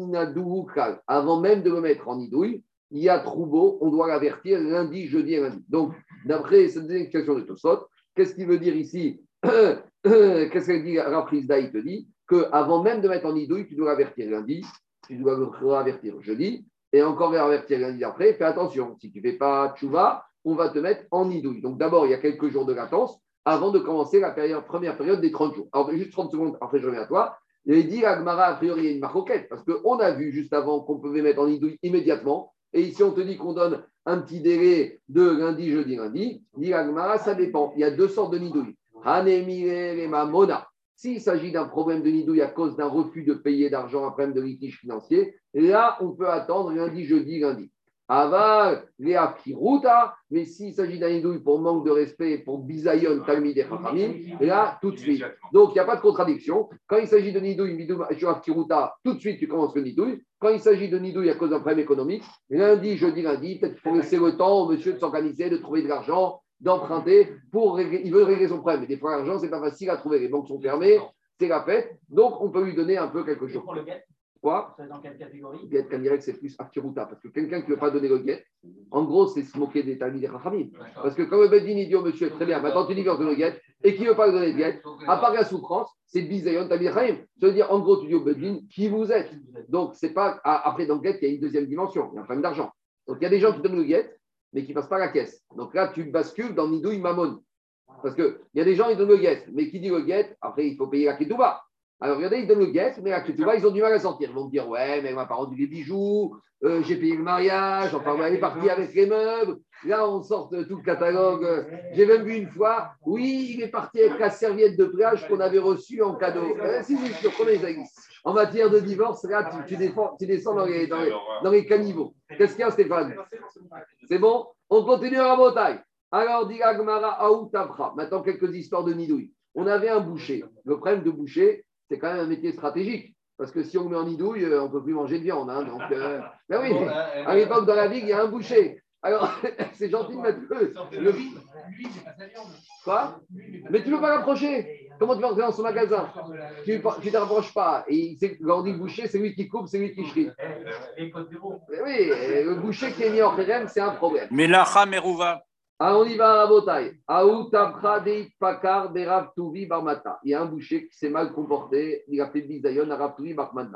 avant même de le mettre en idouille, il y a troubo, on doit l'avertir lundi, jeudi et lundi. Donc, d'après cette explication de Tosfot, qu'est-ce qu'il veut dire ici? Qu'est-ce qu'il dit Raprisda? Il te dit qu'avant même de mettre en idouille, tu dois l'avertir lundi. Tu dois le avertir jeudi et encore avertir lundi après. Fais attention, si tu ne fais pas tchouva, on va te mettre en nidouille. Donc d'abord, il y a quelques jours de latence avant de commencer la première période des 30 jours. Alors juste 30 secondes, après je reviens à toi. Il a dit Agmara, a priori, il y a une maroquette parce qu'on a vu juste avant qu'on pouvait mettre en nidouille immédiatement. Et ici, on te dit qu'on donne un petit délai de lundi, jeudi, lundi. Dit Agmara, ça dépend. Il y a deux sortes de nidouille. Hanemire et Mamona. S'il s'agit d'un problème de nidouille à cause d'un refus de payer d'argent, un problème de litige financier, là, on peut attendre lundi, jeudi, lundi. Aval, Léa Kiruta, mais s'il s'agit d'un nidouille pour manque de respect, pour bisayon, talmid et chachamim, là, tout de suite. Donc, il n'y a pas de contradiction. Quand il s'agit de nidouille, Kiruta, tout de suite, tu commences le nidouille. Quand il s'agit de nidouille à cause d'un problème économique, lundi, jeudi, lundi, peut-être qu'il faut laisser le temps au monsieur de s'organiser, de trouver de l'argent, d'emprunter il veut régler son problème. Mais des fois, l'argent, ce n'est pas facile à trouver. Les banques sont fermées, c'est la fête. Donc, on peut lui donner un peu quelque chose. Pour le guet, Quoi? c'est dans quelle catégorie? Guet, Kanirek, c'est plus Akiruta. Parce que quelqu'un qui ne veut pas donner le guet, en gros, c'est se moquer des Talmid et Chachamim. Parce que quand le Bedin, il dit au monsieur, très bien, maintenant tu divorces de le guet, et qui ne veut pas donner le guet, à part la souffrance, c'est Bisayon, Talmid et Chachamim. Ça veut dire, en gros, tu dis au Bedin, qui vous êtes? Donc, c'est pas. Après, dans le guet, il y a une deuxième dimension. Il y a un problème d'argent. Donc, il y a des gens qui donnent le guet, mais qui ne passent pas la caisse. Donc là, tu bascules dans Nidouille Mamon. Parce qu'il y a des gens, ils donnent le guet, mais qui dit le guet, après, il faut payer la ketouba. Alors regardez, ils donnent le guet, mais la ketouba, ils ont du mal à sortir. Ils vont me dire, ouais, mais elle m'a pas rendu les bijoux, j'ai payé le mariage, enfin, elle est partie avec les meubles. Là, on sort tout le catalogue. J'ai même vu une fois, oui, il est parti avec la serviette de plage qu'on avait reçue en cadeau. Si, je connais ça existe. En matière de divorce, là, tu descends dans les caniveaux. Qu'est-ce qu'il y a, Stéphane? C'est bon? On continue à la bataille. Alors, dit Agmara Aoutabra. Maintenant, quelques histoires de nidouille. On avait un boucher. Le problème de boucher, c'est quand même un métier stratégique. Parce que si on met en nidouille, on ne peut plus manger de viande. Hein, donc, ben oui, à l'époque, dans la ville, il y a un boucher. Alors, c'est gentil de mettre le vide. Lui, il n'est pas sa viande. Quoi? Mais tu ne peux pas l'approcher. Comment tu vas rentrer dans son magasin? Tu ne t'approches pas. Et quand on dit boucher, c'est lui qui coupe, c'est lui qui crie. Oui, le boucher qui est mis en kherem, c'est un problème. Mais lacha merouva. Ah, on y va à la bataille. Pakar de Rav Touvi Barmata. Il y a un boucher qui s'est mal comporté. Il a fait bisayon à Rav Touvi Barmata.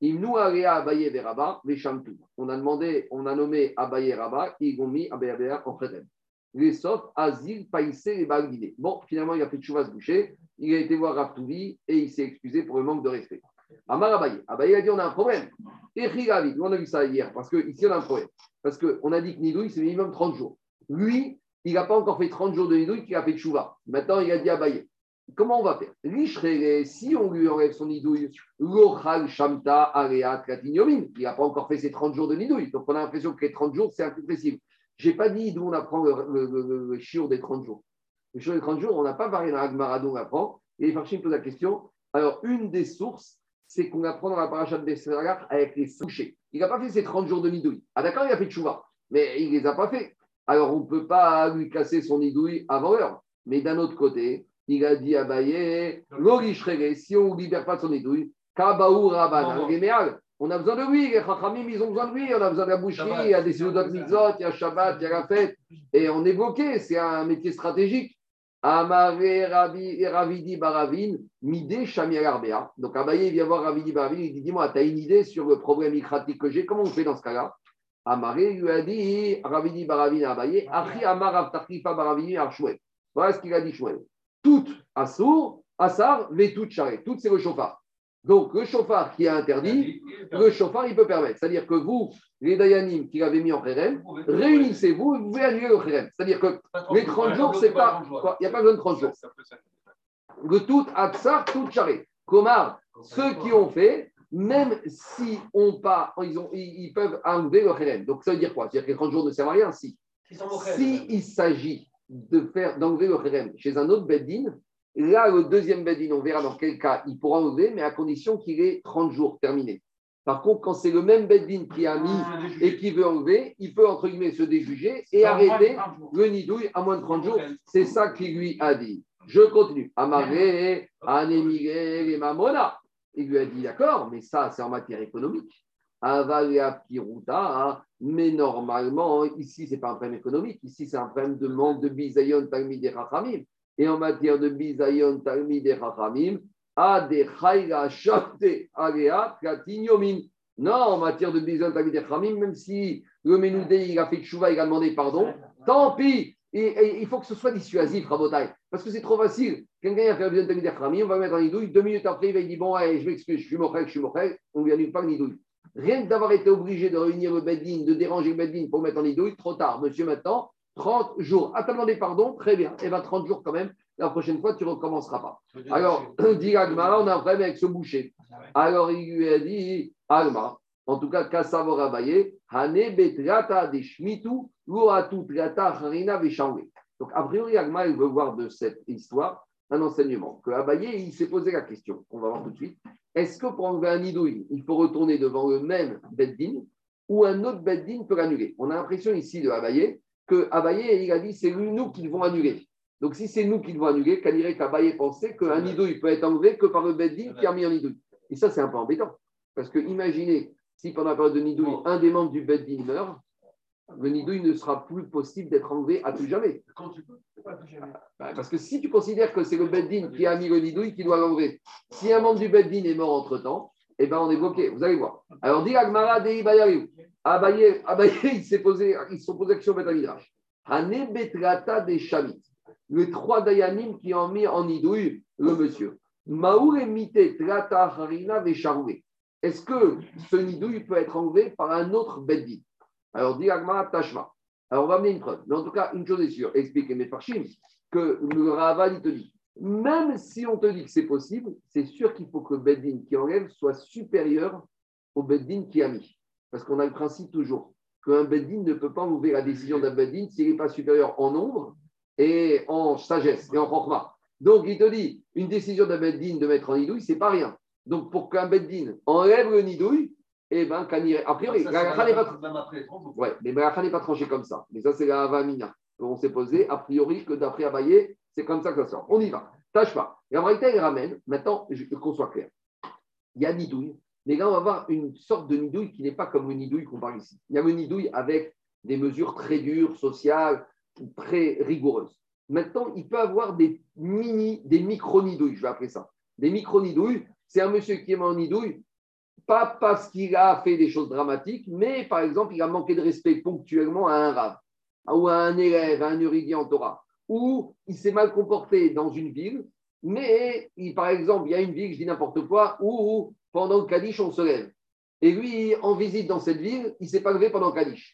On a demandé, on a nommé Abaye et Rabba, ils ont mis Abaye en kherem. Les sauf Azil, Païsé et Bagdine. Bon, finalement, il a fait tchouva ce boucher. Il a été voir Rav Touvi et il s'est excusé pour le manque de respect. Amar Abaye. Abaye a dit on a un problème. Et Rigavi, on a vu ça hier, parce qu'ici on a un problème. Parce qu'on a dit que Nidouille, c'est minimum 30 jours. Lui, il n'a pas encore fait 30 jours de nidouille qu'il a fait tchouva. Maintenant, il a dit à Abaye. Comment on va faire? L'Ishrele, si on lui enlève son nidouille, l'Ochal Shamta Areat Katinyomin, il n'a pas encore fait ses 30 jours de nidouille. Donc on a l'impression que les 30 jours, c'est incompressible. Je n'ai pas dit d'où on apprend le shiur des 30 jours. Le shiur des 30 jours, on n'a pas parlé dans l'Agmara d'où on apprend. Et les Farshim posent la question. Alors, une des sources, c'est qu'on apprend dans la paracha de Besserach avec les souchés. Il n'a pas fait ses 30 jours de nidouille. Ah d'accord, il a fait tchouva, mais il ne les a pas fait. Alors, on ne peut pas lui casser son nidouille avant l'heure. Mais d'un autre côté, il a dit à Baye, si on ne libère pas de son nidouille, Kabaou Rabban, on a besoin de lui, les Chachamim, ils ont besoin de lui, on a besoin de la boucherie, il y a des Seudot Mitzot, il y a Shabbat, il y a la fête, et on est bloqué, c'est un métier stratégique. Amare Ravidi Baravin, Midé Shamiel Arbea. Donc Abaye vient voir Ravidi Baravin, il dit dis-moi, tu as une idée sur le problème micratique que j'ai, comment on fait dans ce cas-là? Amare lui a dit Ravidi Baravin à Abaye, Achi Amar Avtachifa Baravini Archouet. Voilà ce qu'il a dit Chouet. Tout Assour, Assar, Vetout Charé. Tout c'est le chauffard. Donc le chauffard qui est interdit, le chauffard il peut permettre. C'est-à-dire que vous, les Dayanim qui l'avaient mis en Kherem, réunissez-vous et vous pouvez annuler le Kherem. C'est-à-dire que les 30 jours, c'est pas. Il n'y a pas besoin de 30 jours. Le tout Atsar, tout Charé. Komar, ceux qui ont fait, même si on pas, ils peuvent enlever le Kherem. Donc ça veut dire quoi? C'est-à-dire que les 30 jours ne servent à rien si il s'agit d'enlever le Kherem chez un autre Beddin. Là, le deuxième Beddin, on verra dans quel cas il pourra enlever, mais à condition qu'il ait 30 jours terminés. Par contre, quand c'est le même Beddin qui a mis et qui veut enlever, il peut, entre guillemets, se déjuger et arrêter le nidouille à moins de 30 jours. C'est ça qu'il lui a dit. Je continue. Amaré, Anémigé, les Mamona. Il lui a dit, d'accord, mais ça, c'est en matière économique. Avalea Piruta, mais normalement, ici, ce n'est pas un problème économique. Ici, c'est un problème de manque de bisayon talmid et rachamim. Et en matière de bisayon talmid et rachamim, des chayla shante alea katinyomin. Non, en matière de bisayon talmid et rachamim, même si le Ménoudé, il a fait tchouva, il a demandé pardon, tant pis. Et il faut que ce soit dissuasif, Rabotai. Parce que c'est trop facile. Quelqu'un a fait un bisayon talmid et rachamim, on va mettre un nidouille. 2 minutes après, il va dire bon, allez, je m'excuse, je suis mochel. On lui annule pas le nidouille. Rien que d'avoir été obligé de réunir le Beddin, de déranger le Beddin pour mettre en nidouille, trop tard. Monsieur, maintenant, 30 jours. Ah, t'as demandé pardon? Très bien. Eh bien, 30 jours quand même. La prochaine fois, tu ne recommenceras pas. Alors, dit Agmara, on a un problème avec ce boucher. Alors, il lui a dit, Alma, en tout cas, Kassavo Rabaye, Hane Betrata de Shmitu, Loatu Trata Harina Veshaoué. Donc, a priori, Agma, il veut voir de cette histoire un enseignement. Que Abaye, il s'est posé la question. On va voir tout de suite. Est-ce que pour enlever un nidouille, il faut retourner devant le même Beddin ou un autre Beddin peut l'annuler? On a l'impression ici de Abaye que Abaye, il a dit c'est nous qui vont annuler. Donc si c'est nous qui devons annuler, qu'on dirait qu'Abaye pensait qu'un nidouille peut être enlevé que par le Beddin qui a mis un nidouille. Et ça, c'est un peu embêtant. Parce que imaginez, si pendant la période de nidouille, un des membres du Beddin meurt, le nidouille ne sera plus possible d'être enlevé à tout jamais. Quand tu peux, Pas tout jamais. Parce que si tu considères que c'est le Beddin qui a mis le nidouille qui doit l'enlever, si un membre du Beddin est mort entre-temps, eh ben on est bloqué. Vous allez voir. Alors, dit Agmara de Ibayariou. Abaye, ils se sont posés la question au Betamidrash. Hane Betrata des Shamit. Les 3 Dayanim qui ont mis en nidouille le monsieur. Maour emite Trata Harina Vesharoué. Est-ce que ce nidouille peut être enlevé par un autre Beddin? Alors, dit Agmara Tashma. Alors, on va amener une preuve. Mais en tout cas, une chose est sûre, expliquez mes farshim, que le Ravad, il te dit, même si on te dit que c'est possible, c'est sûr qu'il faut que le Beddin qui enlève soit supérieur au Beddin qui a mis. Parce qu'on a le principe toujours qu'un Beddin ne peut pas enlever la décision d'un Beddin s'il n'est pas supérieur en nombre et en sagesse et en chokma. Donc, il te dit, une décision d'un Beddin de mettre en nidouille, c'est pas rien. Donc, pour qu'un Beddin enlève le nidouille, eh bien, a priori, la halakha n'est pas... Ouais, mais la halakha n'est pas tranchée comme ça. Mais ça, c'est la Havamina. On s'est posé, a priori, que d'après Abaye, c'est comme ça que ça sort. On y va. Tâche pas. Et en réalité, il ramène, maintenant, qu'on soit clair. Il y a nidouille, mais là, on va avoir une sorte de nidouille qui n'est pas comme le nidouille qu'on parle ici. Il y a le nidouille avec des mesures très dures, sociales, très rigoureuses. Maintenant, il peut avoir des micro-nidouilles, je vais appeler ça. Des micro-nidouilles, c'est un monsieur qui est en nidouille, pas parce qu'il a fait des choses dramatiques, mais par exemple, il a manqué de respect ponctuellement à un rave, ou à un élève, à un érudit en Torah, ou il s'est mal comporté dans une ville, mais par exemple, il y a une ville, je dis n'importe quoi, où pendant le Kaddish, on se lève. Et lui, en visite dans cette ville, il ne s'est pas levé pendant le Kaddish.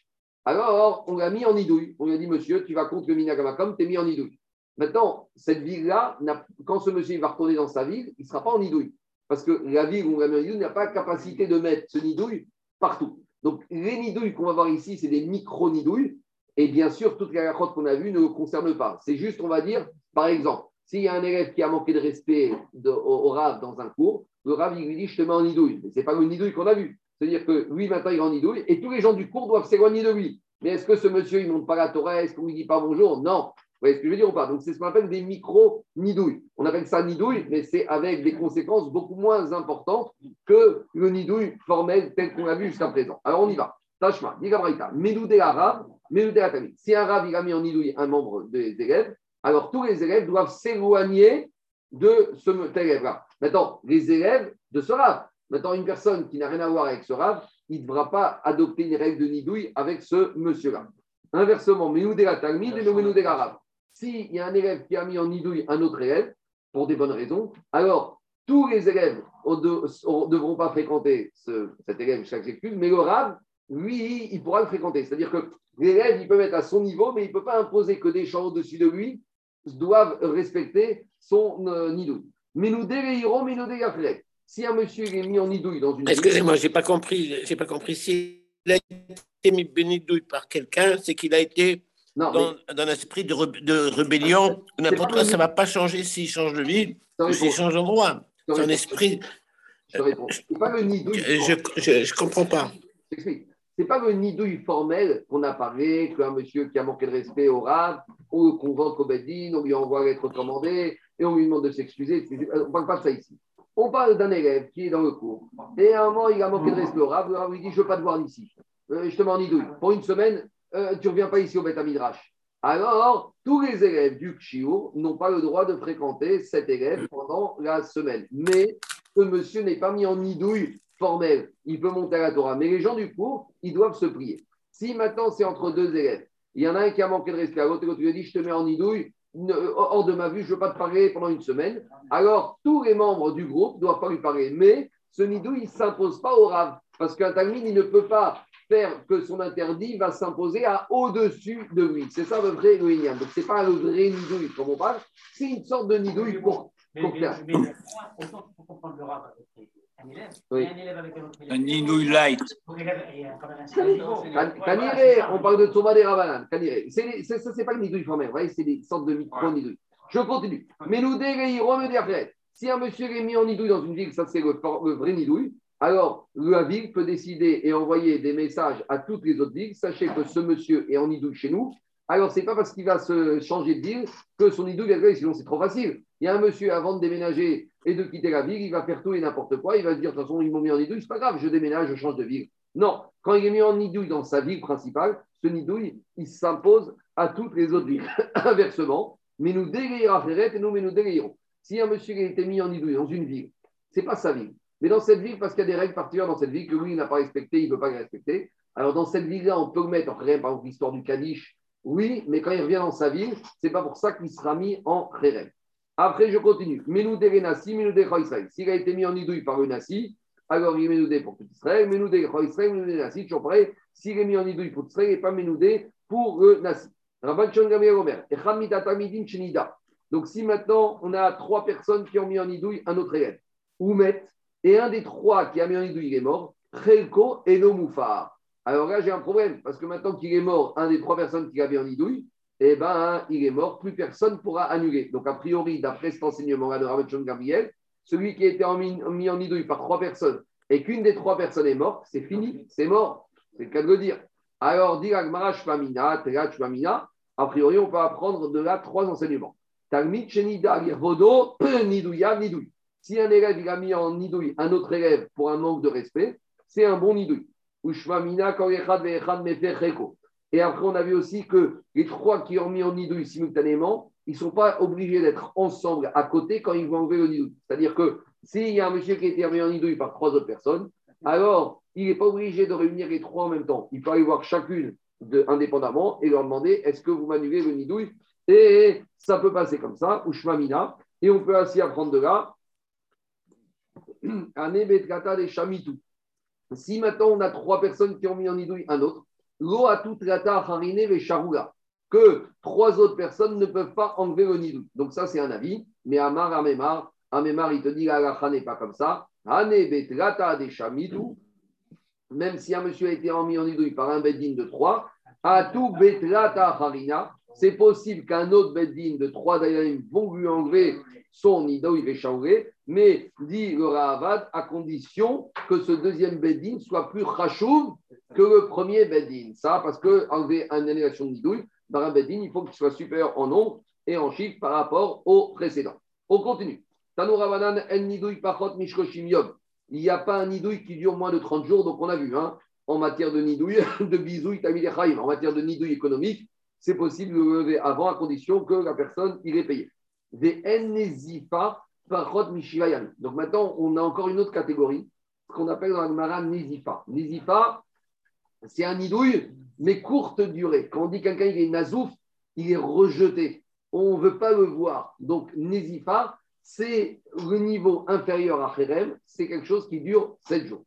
Alors, on l'a mis en nidouille. On lui a dit, monsieur, tu vas contre le Minagamakom, tu es mis en nidouille. Maintenant, cette ville-là, quand ce monsieur va retourner dans sa ville, il ne sera pas en nidouille. Parce que la ville où on l'a mis en nidouille n'a pas la capacité de mettre ce nidouille partout. Donc, les nidouilles qu'on va voir ici, c'est des micro-nidouilles. Et bien sûr, toute la raconte qu'on a vue ne le concerne pas. C'est juste, on va dire, par exemple, s'il y a un élève qui a manqué de respect au Rav dans un cours, le Rav, il lui dit, je te mets en nidouille. Mais ce n'est pas le nidouille qu'on a vu. C'est-à-dire que lui, maintenant, il est en nidouille et tous les gens du cours doivent s'éloigner de lui. Mais est-ce que ce monsieur, il ne monte pas la Torah? Est-ce qu'on ne lui dit pas bonjour? Non. Vous voyez ce que je veux dire ou pas? Donc, c'est ce qu'on appelle des micro-nidouilles. On appelle ça nidouille, mais c'est avec des conséquences beaucoup moins importantes que le nidouille formel tel qu'on l'a vu jusqu'à présent. Alors, on y va. Tashma, Digabraïta, Médoudé arabe, Médoudé Atami. Si un rave, il a mis en nidouille un membre des élèves, alors tous les élèves doivent s'éloigner de cet élève-là. Maintenant, les élèves de ce rave. Maintenant, une personne qui n'a rien à voir avec ce rave, il ne devra pas adopter une règle de nidouille avec ce monsieur-là. Inversement, Médoudé Atami, et Médoudé arabe. S'il y a un élève qui a mis en nidouille un autre élève, pour des bonnes raisons, alors tous les élèves ne devront pas fréquenter cet élève chaque excuse, mais le rave, lui, il pourra le fréquenter. C'est-à-dire que l'élève, il peut mettre à son niveau, mais il ne peut pas imposer que des gens au-dessus de lui doivent respecter son nidouille. Mais nous déveillerons, mais nous dégaferons. Si un monsieur est mis en nidouille dans une... Excusez-moi, je n'ai pas compris. S'il a été mis en nidouille par quelqu'un, c'est qu'il a été dans un esprit de rébellion. N'importe quoi, ça ne va pas changer s'il change de ville ou s'il change d'endroit. C'est un esprit... Je te réponds. C'est pas le nidouille. Je ne comprends pas. J'explique. Ce n'est pas le nidouille formel qu'on a parlé, qu'un monsieur qui a manqué de respect au rave, ou qu'on convoque au Beddin, on lui envoie l'être recommandée et on lui demande de s'excuser. On ne parle pas de ça ici. On parle d'un élève qui est dans le cours. Et à un moment, il a manqué de respect au rave. Le rave lui dit, je ne veux pas te voir ici. Je te mets en nidouille. Pour une semaine, tu ne reviens pas ici au Beth Midrash. Alors, tous les élèves du Kshiour n'ont pas le droit de fréquenter cet élève pendant la semaine. Mais ce monsieur n'est pas mis en nidouille formel, il peut monter à la Torah. Mais les gens du cours, ils doivent se prier. Si maintenant c'est entre deux élèves, il y en a un qui a manqué de respect à l'autre, et l'autre lui a dit, je te mets en nidouille, hors de ma vue, je ne veux pas te parler pendant une semaine. Alors, tous les membres du groupe ne doivent pas lui parler. Mais ce nidouille, il ne s'impose pas au Rav. Parce qu'un Talmide, il ne peut pas faire que son interdit va s'imposer à au-dessus de lui. C'est ça le vrai Elohim. Donc, ce n'est pas le vrai nidouille comme on parle, c'est une sorte de nidouille pour faire. Mais autant qu'il faut comprendre le Rav avec un élève, oui. Et un élève avec un autre élève. Un nidouille light. Kaniré, on parle de Toma des Rabanan. Kaniré. Ça, c'est pas le nidouille formel. Vous voyez, c'est des sortes de micro-nidouilles. Je continue. Mais nous après. Si un monsieur est mis en nidouille dans une ville, ça c'est le vrai nidouille, alors la ville peut décider et envoyer des messages à toutes les autres villes. Sachez que ce monsieur est en nidouille chez nous. Alors, ce n'est pas parce qu'il va se changer de ville que son nidouille va sinon c'est trop facile. Il y a un monsieur, avant de déménager et de quitter la ville, il va faire tout et n'importe quoi. Il va se dire, de toute façon, ils m'ont mis en nidouille, c'est pas grave, je déménage, je change de ville. Non, quand il est mis en nidouille dans sa ville principale, ce nidouille, il s'impose à toutes les autres villes. Inversement, mais nous délirons et nous délirons. Si un monsieur a été mis en nidouille dans une ville, ce n'est pas sa ville. Mais dans cette ville, parce qu'il y a des règles particulières dans cette ville que lui, il n'a pas respectées, il ne veut pas les respecter. Alors, dans cette ville-là, on peut le mettre en rien, par exemple, l'histoire du Kaddish. Oui, mais quand il revient dans sa ville, ce n'est pas pour ça qu'il sera mis en rérève. Après, je continue. Menoudé Nassi, Menoudé Israël. S'il a été mis en nidouille par le Nassi, alors il est Menoudé pour tout Israël. Menoudé Israël, Menoudé Nassi, toujours pareil. S'il est mis en nidouille pour tout Israël, il n'est pas Menoudé pour le Nassi. Donc, si maintenant on a 3 personnes qui ont mis en nidouille un autre élève, Oumet, et un des 3 qui a mis en nidouille, il est mort, Chelko et Moufar. Alors là, j'ai un problème, parce que maintenant qu'il est mort, un des 3 personnes qui avait en nidouille, eh ben, il est mort, plus personne ne pourra annuler. Donc, a priori, d'après cet enseignement-là de Rabbi Shimon Gabriel, celui qui a été mis en nidouille par 3 personnes et qu'une des 3 personnes est morte, c'est fini, c'est mort. C'est le cas de le dire. Alors, dit Agmara Shvamina, Tera Shvamina, a priori, on peut apprendre de là 3 enseignements. Talmid Shenida Vodo, Nidouya, Nidouille. Si un élève il a mis en nidouille un autre élève pour un manque de respect, c'est un bon nidouille. Ou Shvamina, Korechad Vechad Mefer Reko. Et après, on a vu aussi que les 3 qui ont mis en nidouille simultanément, ils ne sont pas obligés d'être ensemble à côté quand ils vont enlever le nidouille. C'est-à-dire que s'il y a un monsieur qui a été mis en nidouille par 3 autres personnes, alors il n'est pas obligé de réunir les 3 en même temps. Il peut aller voir chacune indépendamment et leur demander est-ce que vous m'annulez le nidouille? Et ça peut passer comme ça, ou shmamina. Et on peut aussi apprendre de là un ebetkata des chamitou. Si maintenant on a 3 personnes qui ont mis en nidouille un autre, Lo atutrata harine ve charula, que 3 autres personnes ne peuvent pas enlever le nidouille. Donc ça, c'est un avis. Mais Amar, Amemar, il te dit, la halakha n'est pas comme ça. Hane betrata de chamidou, même si un monsieur a été mis en nidouille par un beddin de 3, atu betrata harina, c'est possible qu'un autre beddin de 3 dayanim vont lui enlever son nidouille ve charula, mais dit le Ravad, à condition que ce deuxième beddin soit plus chachouv que le premier beddin. Ça, parce que enlever une annulation de nidouille, dans un beddin, il faut qu'il soit supérieur en nombre et en chiffre par rapport au précédent. On continue. Tanou Ravanan en nidouille pachot mishkoshim yom. Il n'y a pas un nidouille qui dure moins de 30 jours. Donc on a vu, en matière de nidouille, de bisouille, tamid chaim, en matière de nidouille économique, c'est possible de le lever avant à condition que la personne il est payée. Des en nezifa pachot mishivayam. Donc maintenant, on a encore une autre catégorie, ce qu'on appelle dans la Gemara nezifa. Nezifa, c'est un nidouille, mais courte durée. Quand on dit quelqu'un il est nazouf, il est rejeté. On ne veut pas le voir. Donc, Nézifa, c'est le niveau inférieur à Kherem, c'est quelque chose qui dure 7 jours.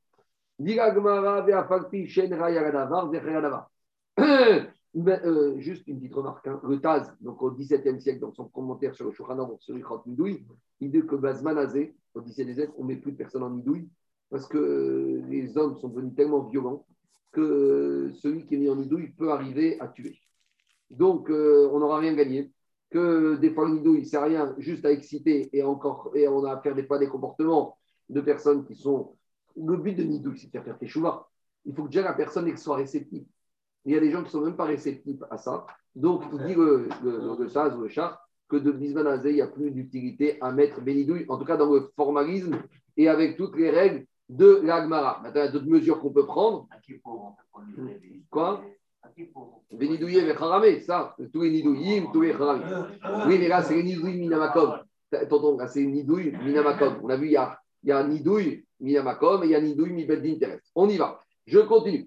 Juste une petite remarque. Le Taz, donc au XVIIe siècle, dans son commentaire sur le Shulchan Aruch, sur l'Ichot Nidouille, il dit que Bazman Azé, au XVIIe siècle, on ne met plus de personnes en Nidouille parce que les hommes sont devenus tellement violents que celui qui est mis en nidouille peut arriver à tuer. Donc, on n'aura rien gagné. Que des fois, le nidouille, il ne sert à rien, juste à exciter et on a à faire des fois des comportements de personnes qui sont. Le but de nidouille, c'est de faire teshuva. Il faut que déjà la personne soit réceptive. Il y a des gens qui ne sont même pas réceptifs à ça. Donc, il dit le Saz ou le Char que de Bisman Azé, il n'y a plus d'utilité à mettre Bénidouille, en tout cas dans le formalisme et avec toutes les règles de l'Agmara. Maintenant, il y a d'autres mesures qu'on peut prendre. Quoi? Bénidouillé Vecharamé, ça, tous les nidouillim, tous les charamé. Oui, mais là, c'est les nidouilles Minamakom. Tonton, là, c'est les nidouilles Minamakom. On a vu, il y a un nidouille Minamakom et il y a un nidouille Mibeddin terrestre. On y va. Je continue.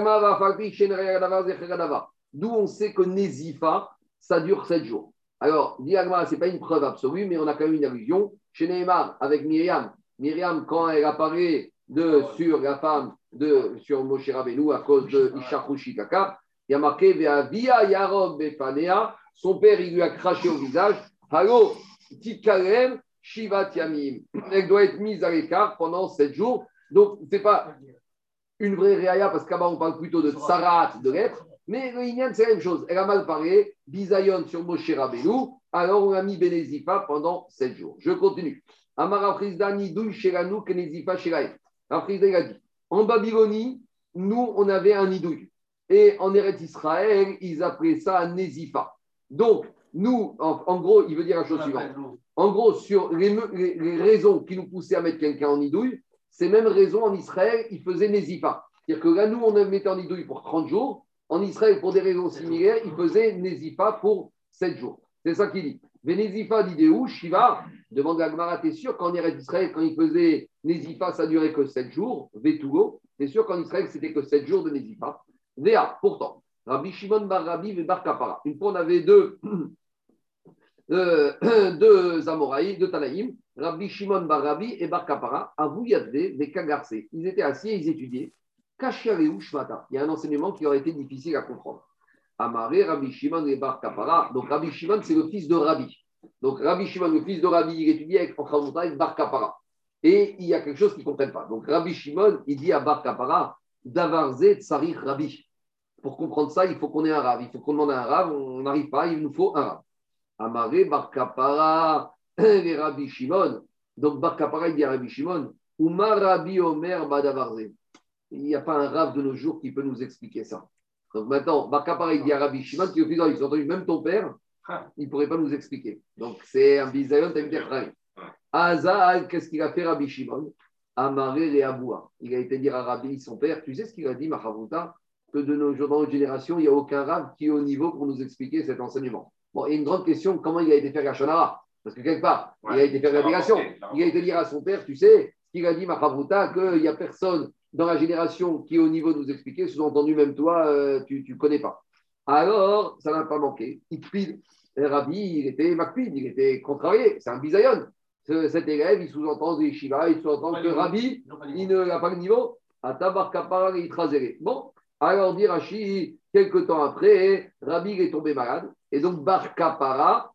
D'où on sait que Nézifa, ça dure 7 jours. Alors, Diagma, ce n'est pas une preuve absolue, mais on a quand même une allusion. Chez Neymar, avec Myriam. Myriam, quand elle apparaît sur la femme sur Moshe Rabbeinu à cause de Ishachu Kaka, il y a marqué Via Yarob Befanea, son père, il lui a craché au visage. Halo, Tikalem, Shivat Yamim. Elle doit être mise à l'écart pendant 7 jours. Donc, ce n'est pas une vraie réaya, parce qu'à bas on parle plutôt de tsarat, de lettres. Mais le Inyan, c'est la même chose. Elle a mal parlé, Bisayon sur Moshe Rabbeinu, alors on a mis Benezifa pendant 7 jours. Je continue. Amara Frisda Nidouy Sheranu Kenezifa Sheraï. Frisda, il a dit en Babylonie, nous, on avait un Nidouy. Et en Eretz Israël, ils appelaient ça un Nézifa. Donc, nous, en gros, il veut dire la chose suivante. En gros, sur les raisons qui nous poussaient à mettre quelqu'un en Nidouy, ces mêmes raisons en Israël, ils faisaient Nézifa. C'est-à-dire que là, nous, on mettait en Nidouy pour 30 jours. En Israël, pour des raisons similaires, il faisait Nézifa pour 7 jours. C'est ça qu'il dit. Vénézifa d'Idéou, Shiva, demande à Gmara, t'es sûr qu'en Israël, quand il faisait Nézifa, ça durait que 7 jours, Vétougo, t'es sûr qu'en Israël, c'était que 7 jours de Nézifa. Véa, pourtant, Rabbi Shimon bar Rabbi et bar Kapara. Une fois, on avait deux Amoraïs, deux Tanaïm, Rabbi Shimon bar Rabbi et bar Kapara, avou Yadve, des Kagarcés. Ils étaient assis et ils étudiaient. Kashiavéou Shmata. Il y a un enseignement qui aurait été difficile à comprendre. Amaré, Rabbi Shimon et bar Kapara. Donc, Rabbi Shimon, c'est le fils de Rabbi. Donc, Rabbi Shimon, le fils de Rabbi, il étudiait en Chavouta avec bar Kapara. Et il y a quelque chose qu'ils ne comprennent pas. Donc, Rabbi Shimon, il dit à bar Kapara, Davarze Tsarich Rabbi. Pour comprendre ça, il faut qu'on ait un rave. Il faut qu'on demande à un rave. On n'arrive pas, il nous faut un rave. Amaré, bar Kapara, et Rabbi Shimon. Donc, bar Kapara, il dit à Rabbi Shimon, Uma Rabbi Omer Badavarze. Il n'y a pas un rave de nos jours qui peut nous expliquer ça. Donc maintenant, bar Kapara, il dit à Rabbi Shimon, qui est au fils ils ont entendu même ton père, il ne pourrait pas nous expliquer. Donc, c'est un bisayon, t'as vu dire Aza, qu'est-ce qu'il a fait Rabbi Shimon? Amaré et Aboua. Il a été dire à Rabbi, son père, tu sais ce qu'il a dit, Machavuta, que de nos jours, dans notre génération, il n'y a aucun rave qui est au niveau pour nous expliquer cet enseignement. Bon, et une grande question, comment il a été faire la Shonara? Parce que quelque part, il a été faire la délégation. Il a été dire à son père, tu sais, ce qu'il a dit, Machavuta, qu'il n'y a personne dans la génération qui est au niveau de nous expliquer, sous-entendu, même toi, tu ne connais pas. Alors, ça n'a pas manqué. Rabbi, il était makpid, il était contrarié. C'est un bisayon. Cet élève, il sous-entend des shivas, il sous-entend que Rabbi, il n'a pas le niveau. À tabar kapara et itrazéré. Bon, Alors, dit Rashi, quelques temps après, Rabbi il est tombé malade. Et donc, Bar Kapara,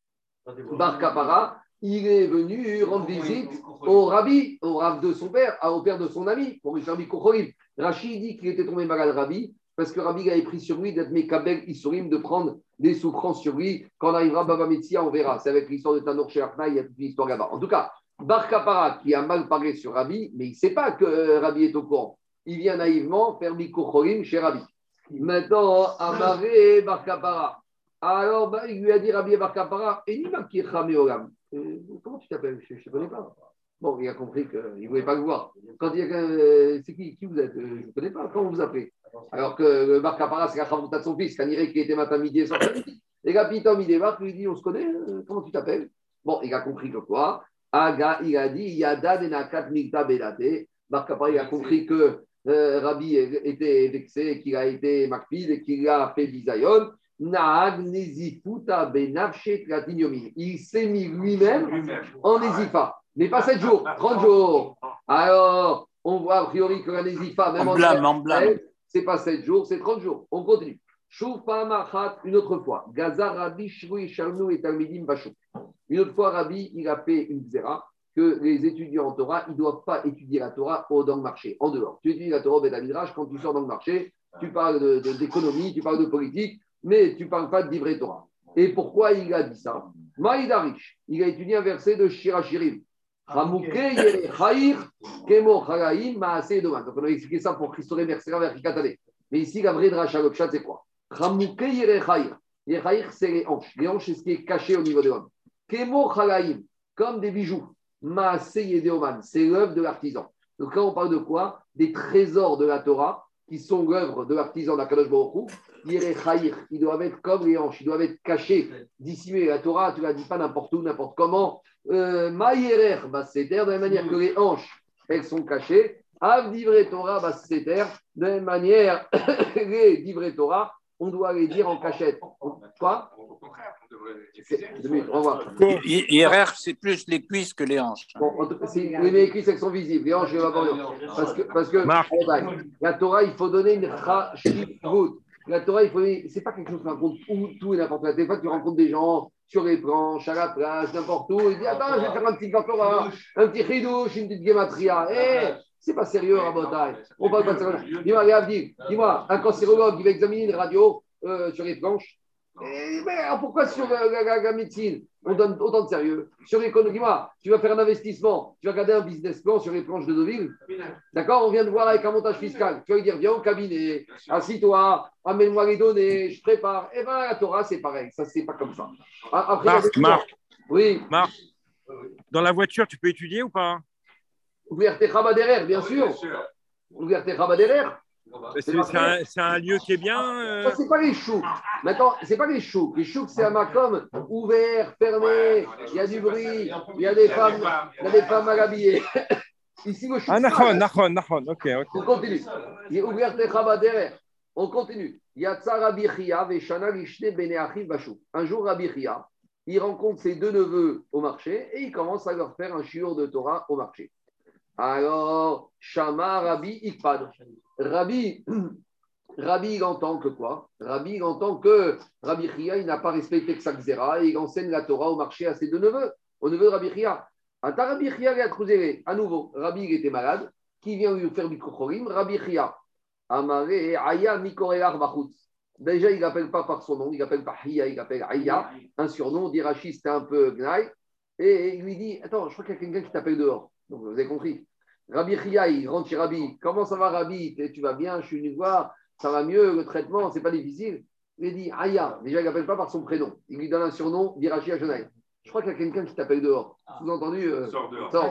il est venu rendre visite au Rabbi, au Rav de son père, au père de son ami, pour Rabbi Kochorim. Rashi dit qu'il était tombé malade, Rabbi, parce que Rabbi avait pris sur lui d'être Mekabel Isurim, de prendre des souffrances sur lui. Quand on arrivera à Baba Metzia, on verra. C'est avec l'histoire de Tanor Sheachna, il y a toute une histoire là-bas. En tout cas, Bar Kapara, qui a mal parlé sur Rabbi, mais il ne sait pas que Rabbi est au courant. Il vient naïvement faire Bikochorim chez Rabbi. Maintenant, Amaré Bar Kapara. Alors, il lui a dit Rabbi Bar Kapara, et Nima qui est Olam. Comment tu t'appelles? Je ne te connais pas. Bon, il a compris qu'il ne voulait pas le voir. Quand il y a c'est qui vous êtes? Je ne vous connais pas. Comment vous appelez? Alors que le Bar Kapara, c'est la chavouta de son fils, Kaniré qui était matin, midi et soir. Et là, Pitom, il débarque, lui dit on se connaît, comment tu t'appelles? Bon, il a compris que quoi? Aga, il a dit Yada Denakat Mikta Belate. Bar Kapara, il a compris que Rabbi était vexé, qu'il a été makpid et qu'il a fait bisayon. Naag Nezifuta Benafshe Tratinyomi. Il s'est mis lui-même en Nezifa. Mais pas 7 jours, 30 jours. Alors, on voit a priori que la Nezifa, même en blâme. C'est pas 7 jours, c'est 30 jours. On continue. Shoufa Machat, une autre fois. Gaza Rabbi Shrui Shalnu et Talmidim Bashou. Une autre fois, Rabbi, il a fait une zéra que les étudiants en Torah, ils ne doivent pas étudier la Torah dans le marché, en dehors. Tu étudies la Torah au Beth Midrash, quand tu sors dans le marché, tu parles d'économie, tu parles de politique, mais tu ne parles pas de Divrei Torah. Et pourquoi il a dit ça? Maïdarish, il a étudié un verset de Shirachirim. Donc on a expliqué ça pour Christophe Mercera vers Rikatane. Mais ici, la vraie dracha Lokchat, c'est quoi? Les chaïr, c'est les hanches. Les hanches, c'est ce qui est caché au niveau de l'homme. Kemo chalaïm, comme des bijoux. Maasé yedeoman, c'est l'œuvre de l'artisan. Donc là, on parle de quoi? Des trésors de la Torah qui sont l'œuvre de l'artisan d'Akadosh Baruch Hu. Ils doivent être comme les hanches, ils doivent être cachés, dissimulés. La Torah, tu ne la dis pas n'importe où, n'importe comment. Maïerer, c'est de la même manière que les hanches, elles sont cachées. Avdivrei Torah, c'est de la même manière, les divrei Torah, on doit les dire en cachette. Quoi? Au contraire, on devrait les diffuser. On va. Hiérarque, c'est plus les cuisses que les hanches. Bon, les cuisses, elles sont visibles. Les hanches, je ne vais pas voir. Parce que la Torah, il faut donner une chashivut. La Torah, il faut donner. C'est pas quelque chose qui raconte tout et n'importe quoi. Des fois, tu rencontres des gens sur les planches, à la plage, n'importe où. Ils disent attends, je vais faire un petit Torah, un petit chidouche, une petite gematria. C'est pas sérieux, Rabotai. On parle pas de ça. Dis-moi, un cancérologue qui va examiner une radio sur les planches. Pourquoi sur la médecine, on donne autant de sérieux? Sur l'économie, dis-moi, tu vas faire un investissement, tu vas regarder un business plan sur les planches de Deauville. D'accord? On vient de voir avec un montage fiscal. Tu vas lui dire, viens au cabinet, assis-toi, amène-moi les données, je prépare. Eh bien, la Torah, c'est pareil. Ça, c'est pas comme ça. Après, Marc. Oui. Marc, dans la voiture, tu peux étudier ou pas? Ouverte derrière, bien sûr. Ouverte derrière. C'est un lieu qui est bien. Ça, c'est pas les choux. Maintenant, c'est pas les choux. Les choux, c'est un macom ouvert, fermé. Il y a du bruit. Il y a des femmes mal habillées. Ici, le chou. Ah, Nahon. Ok. On continue. Il est ouvert derrière. On continue. Yatsa Rabbi Chia veshana lishne bene achiv bashou. Un jour, Rabbi Chia, il rencontre ses deux neveux au marché et il commence à leur faire un shiur de Torah au marché. Alors, Shama Rabbi Ikpad. Rabbi, il entend que quoi? Rabbi, il entend que Rabbi Chia, il n'a pas respecté que sa xéra et il enseigne la Torah au marché à ses deux neveux, au neveu de Rabbi Chia. Ata Rabbi Chia, il a trouvé à nouveau. Rabbi, il était malade. Qui vient lui faire Bikochorim? Rabbi Chia. Amare Aya Mikorelar Bachutz. Déjà, il n'appelle pas par son nom, il appelle par Hiya, il appelle Aya. Un surnom, dit Rachid, c'était un peu gnaï. Et il lui dit attends, je crois qu'il y a quelqu'un qui t'appelle dehors. Donc, vous avez compris. Rabbi Chia, il rentre chez Rabbi. Comment ça va, Rabbi? Tu vas bien? Je suis venu voir. Ça va mieux, le traitement, c'est pas difficile. Il dit Aya. Déjà, il n'appelle pas par son prénom. Il lui donne un surnom, dit Rachi à Genaï. Je crois qu'il y a quelqu'un qui t'appelle dehors. Sous-entendu, sors,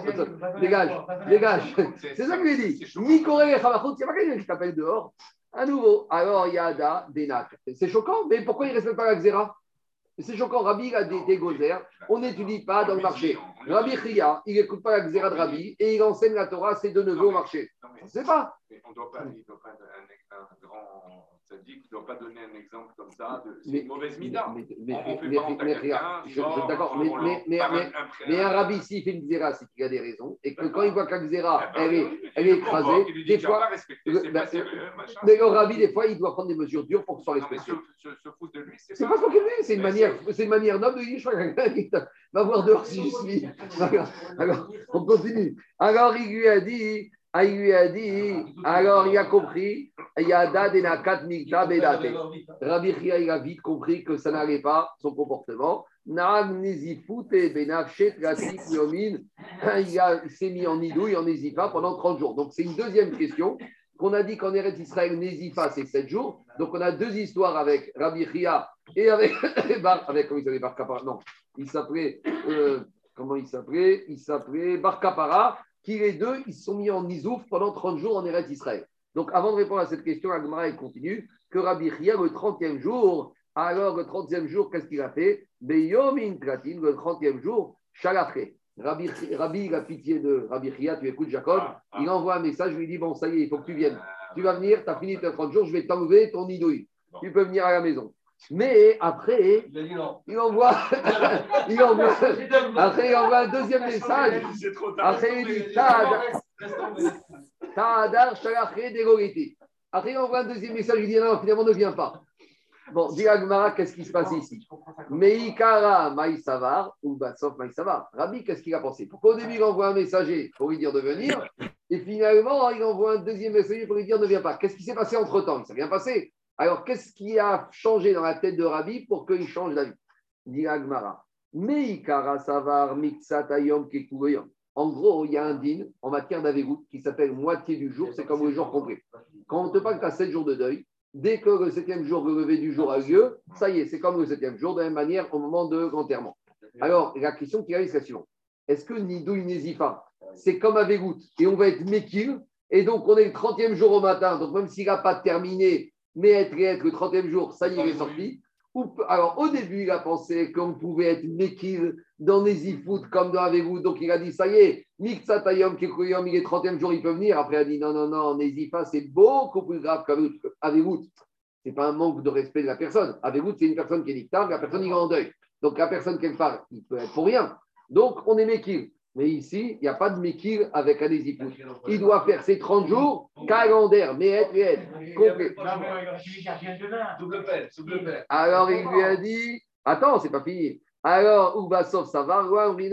dégage. C'est ça que lui dit. Ni Koré et Chavachot, il n'y a pas quelqu'un qui t'appelle dehors. À nouveau. Alors, Yada, Denak. C'est choquant, mais pourquoi il ne respecte pas la Xéra? C'est choquant, Rabbi a des gozer, on n'étudie pas dans le marché. Rabbi Chia, il n'écoute pas la xéra de Rabbi et il enseigne la Torah à ses deux neveux au marché. On ne sait pas. On ne doit pas être un grand Ça dit qu'il ne doit pas donner un exemple comme ça. C'est Mais- une mauvaise mida. mais- On fait pas honte à quelqu'un. D'accord, mais un rabbi, s'il fait une xéra, c'est qu'il a des raisons. Et que quand il voit qu'un xéra, elle est écrasée, des fois. Mais le rabbi, des fois, il doit prendre des mesures dures pour que ce soit respecté. Se fout de lui, c'est C'est ça. pas ce qu'il est, c'est une manière noble de dire, je crois que quelqu'un qui va voir dehors si je suis. Alors, on continue. Alors, il lui a dit, alors il a compris, il y a Dad et Nakat Mikta Bedate. Rabbi Chia, il a vite compris que ça n'allait pas, son comportement. Naag Nizifut et Benafshet Gatik Yomin, il s'est mis en idouille, en Nézifa pendant 30 jours. Donc, c'est une deuxième question. Qu'on a dit qu'en Eretz Israël, Nézifa, c'est 7 jours. Donc, on a deux histoires avec Rabbi Chia et avec comment il s'appelait Bar Kapara. Non, il s'appelait, comment il s'appelait Bar Kapara, qui les deux, ils se sont mis en Nizouf pendant 30 jours en Eretz Israël. Donc, avant de répondre à cette question, Agmara, il continue que Rabbi Chia, le 30e jour, alors le 30e jour, qu'est-ce qu'il a fait Beyomin Tratin, le 30e jour, Shalachre. Rabbi, il a pitié de Rabbi Chia, tu écoutes Jacob, il envoie un message, je lui dit, bon, ça y est, il faut que tu viennes. Tu vas venir, tu as fini tes 30 jours, je vais t'enlever ton idouille. Tu peux venir à la maison. Mais après, il envoie un deuxième message. Après, il dit, Ta'adar Shalachre Degoriti. Après, il envoie un deuxième message, il dit, non, finalement, ne viens pas. Bon, dis Agmara, qu'est-ce qui se passe ici Meikara Maïsavar ou Basof Maïsavar. Rabbi, qu'est-ce qu'il a pensé Pourquoi au début il envoie un messager pour lui dire de venir et finalement il envoie un deuxième messager pour lui dire ne viens pas. Qu'est-ce qui s'est passé entre temps Il s'est rien passé. Alors qu'est-ce qui a changé dans la tête de Rabbi pour qu'il change d'avis Dit Agmara. Meikara Savar Mixatayom Kekuyoyom. En gros, il y a un din en matière d'avégout qui s'appelle moitié du jour, c'est comme le jour complet. Quand on te parle que tu as 7 jours de deuil, dès que le 7e jour, le lever du jour a lieu, ça y est, c'est comme le 7e jour, de la même manière au moment de l'enterrement. Alors, la question qui arrive, c'est la suivante. Est-ce que Nidouille Nézifa, c'est comme avec goutte, et on va être Mekil, et donc on est le 30e jour au matin, donc même s'il n'a pas terminé, mais être le 30e jour, ça y est, il est sorti. Alors, au début, il a pensé qu'on pouvait être Mekil dans Nézifout comme dans Avegout, donc il a dit, ça y est, Miksatayom Kekoyom, il est 30e jour, il peut venir. Après, il a dit, non, Nézifa, c'est beaucoup plus grave qu'Avegout. Ce n'est pas un manque de respect de la personne. Avegout, c'est une personne qui est dictable, la personne, il est en deuil. Donc, la personne, quelque part, il peut être pour rien. Donc, on est Mekil. Mais ici, il n'y a pas de Mekil avec un Nézifout. Il doit faire ses 30 jours, calendaire, mais complet. Double peine. Alors, il lui a dit, attends, c'est pas fini. Alors, Ubasov, ça va,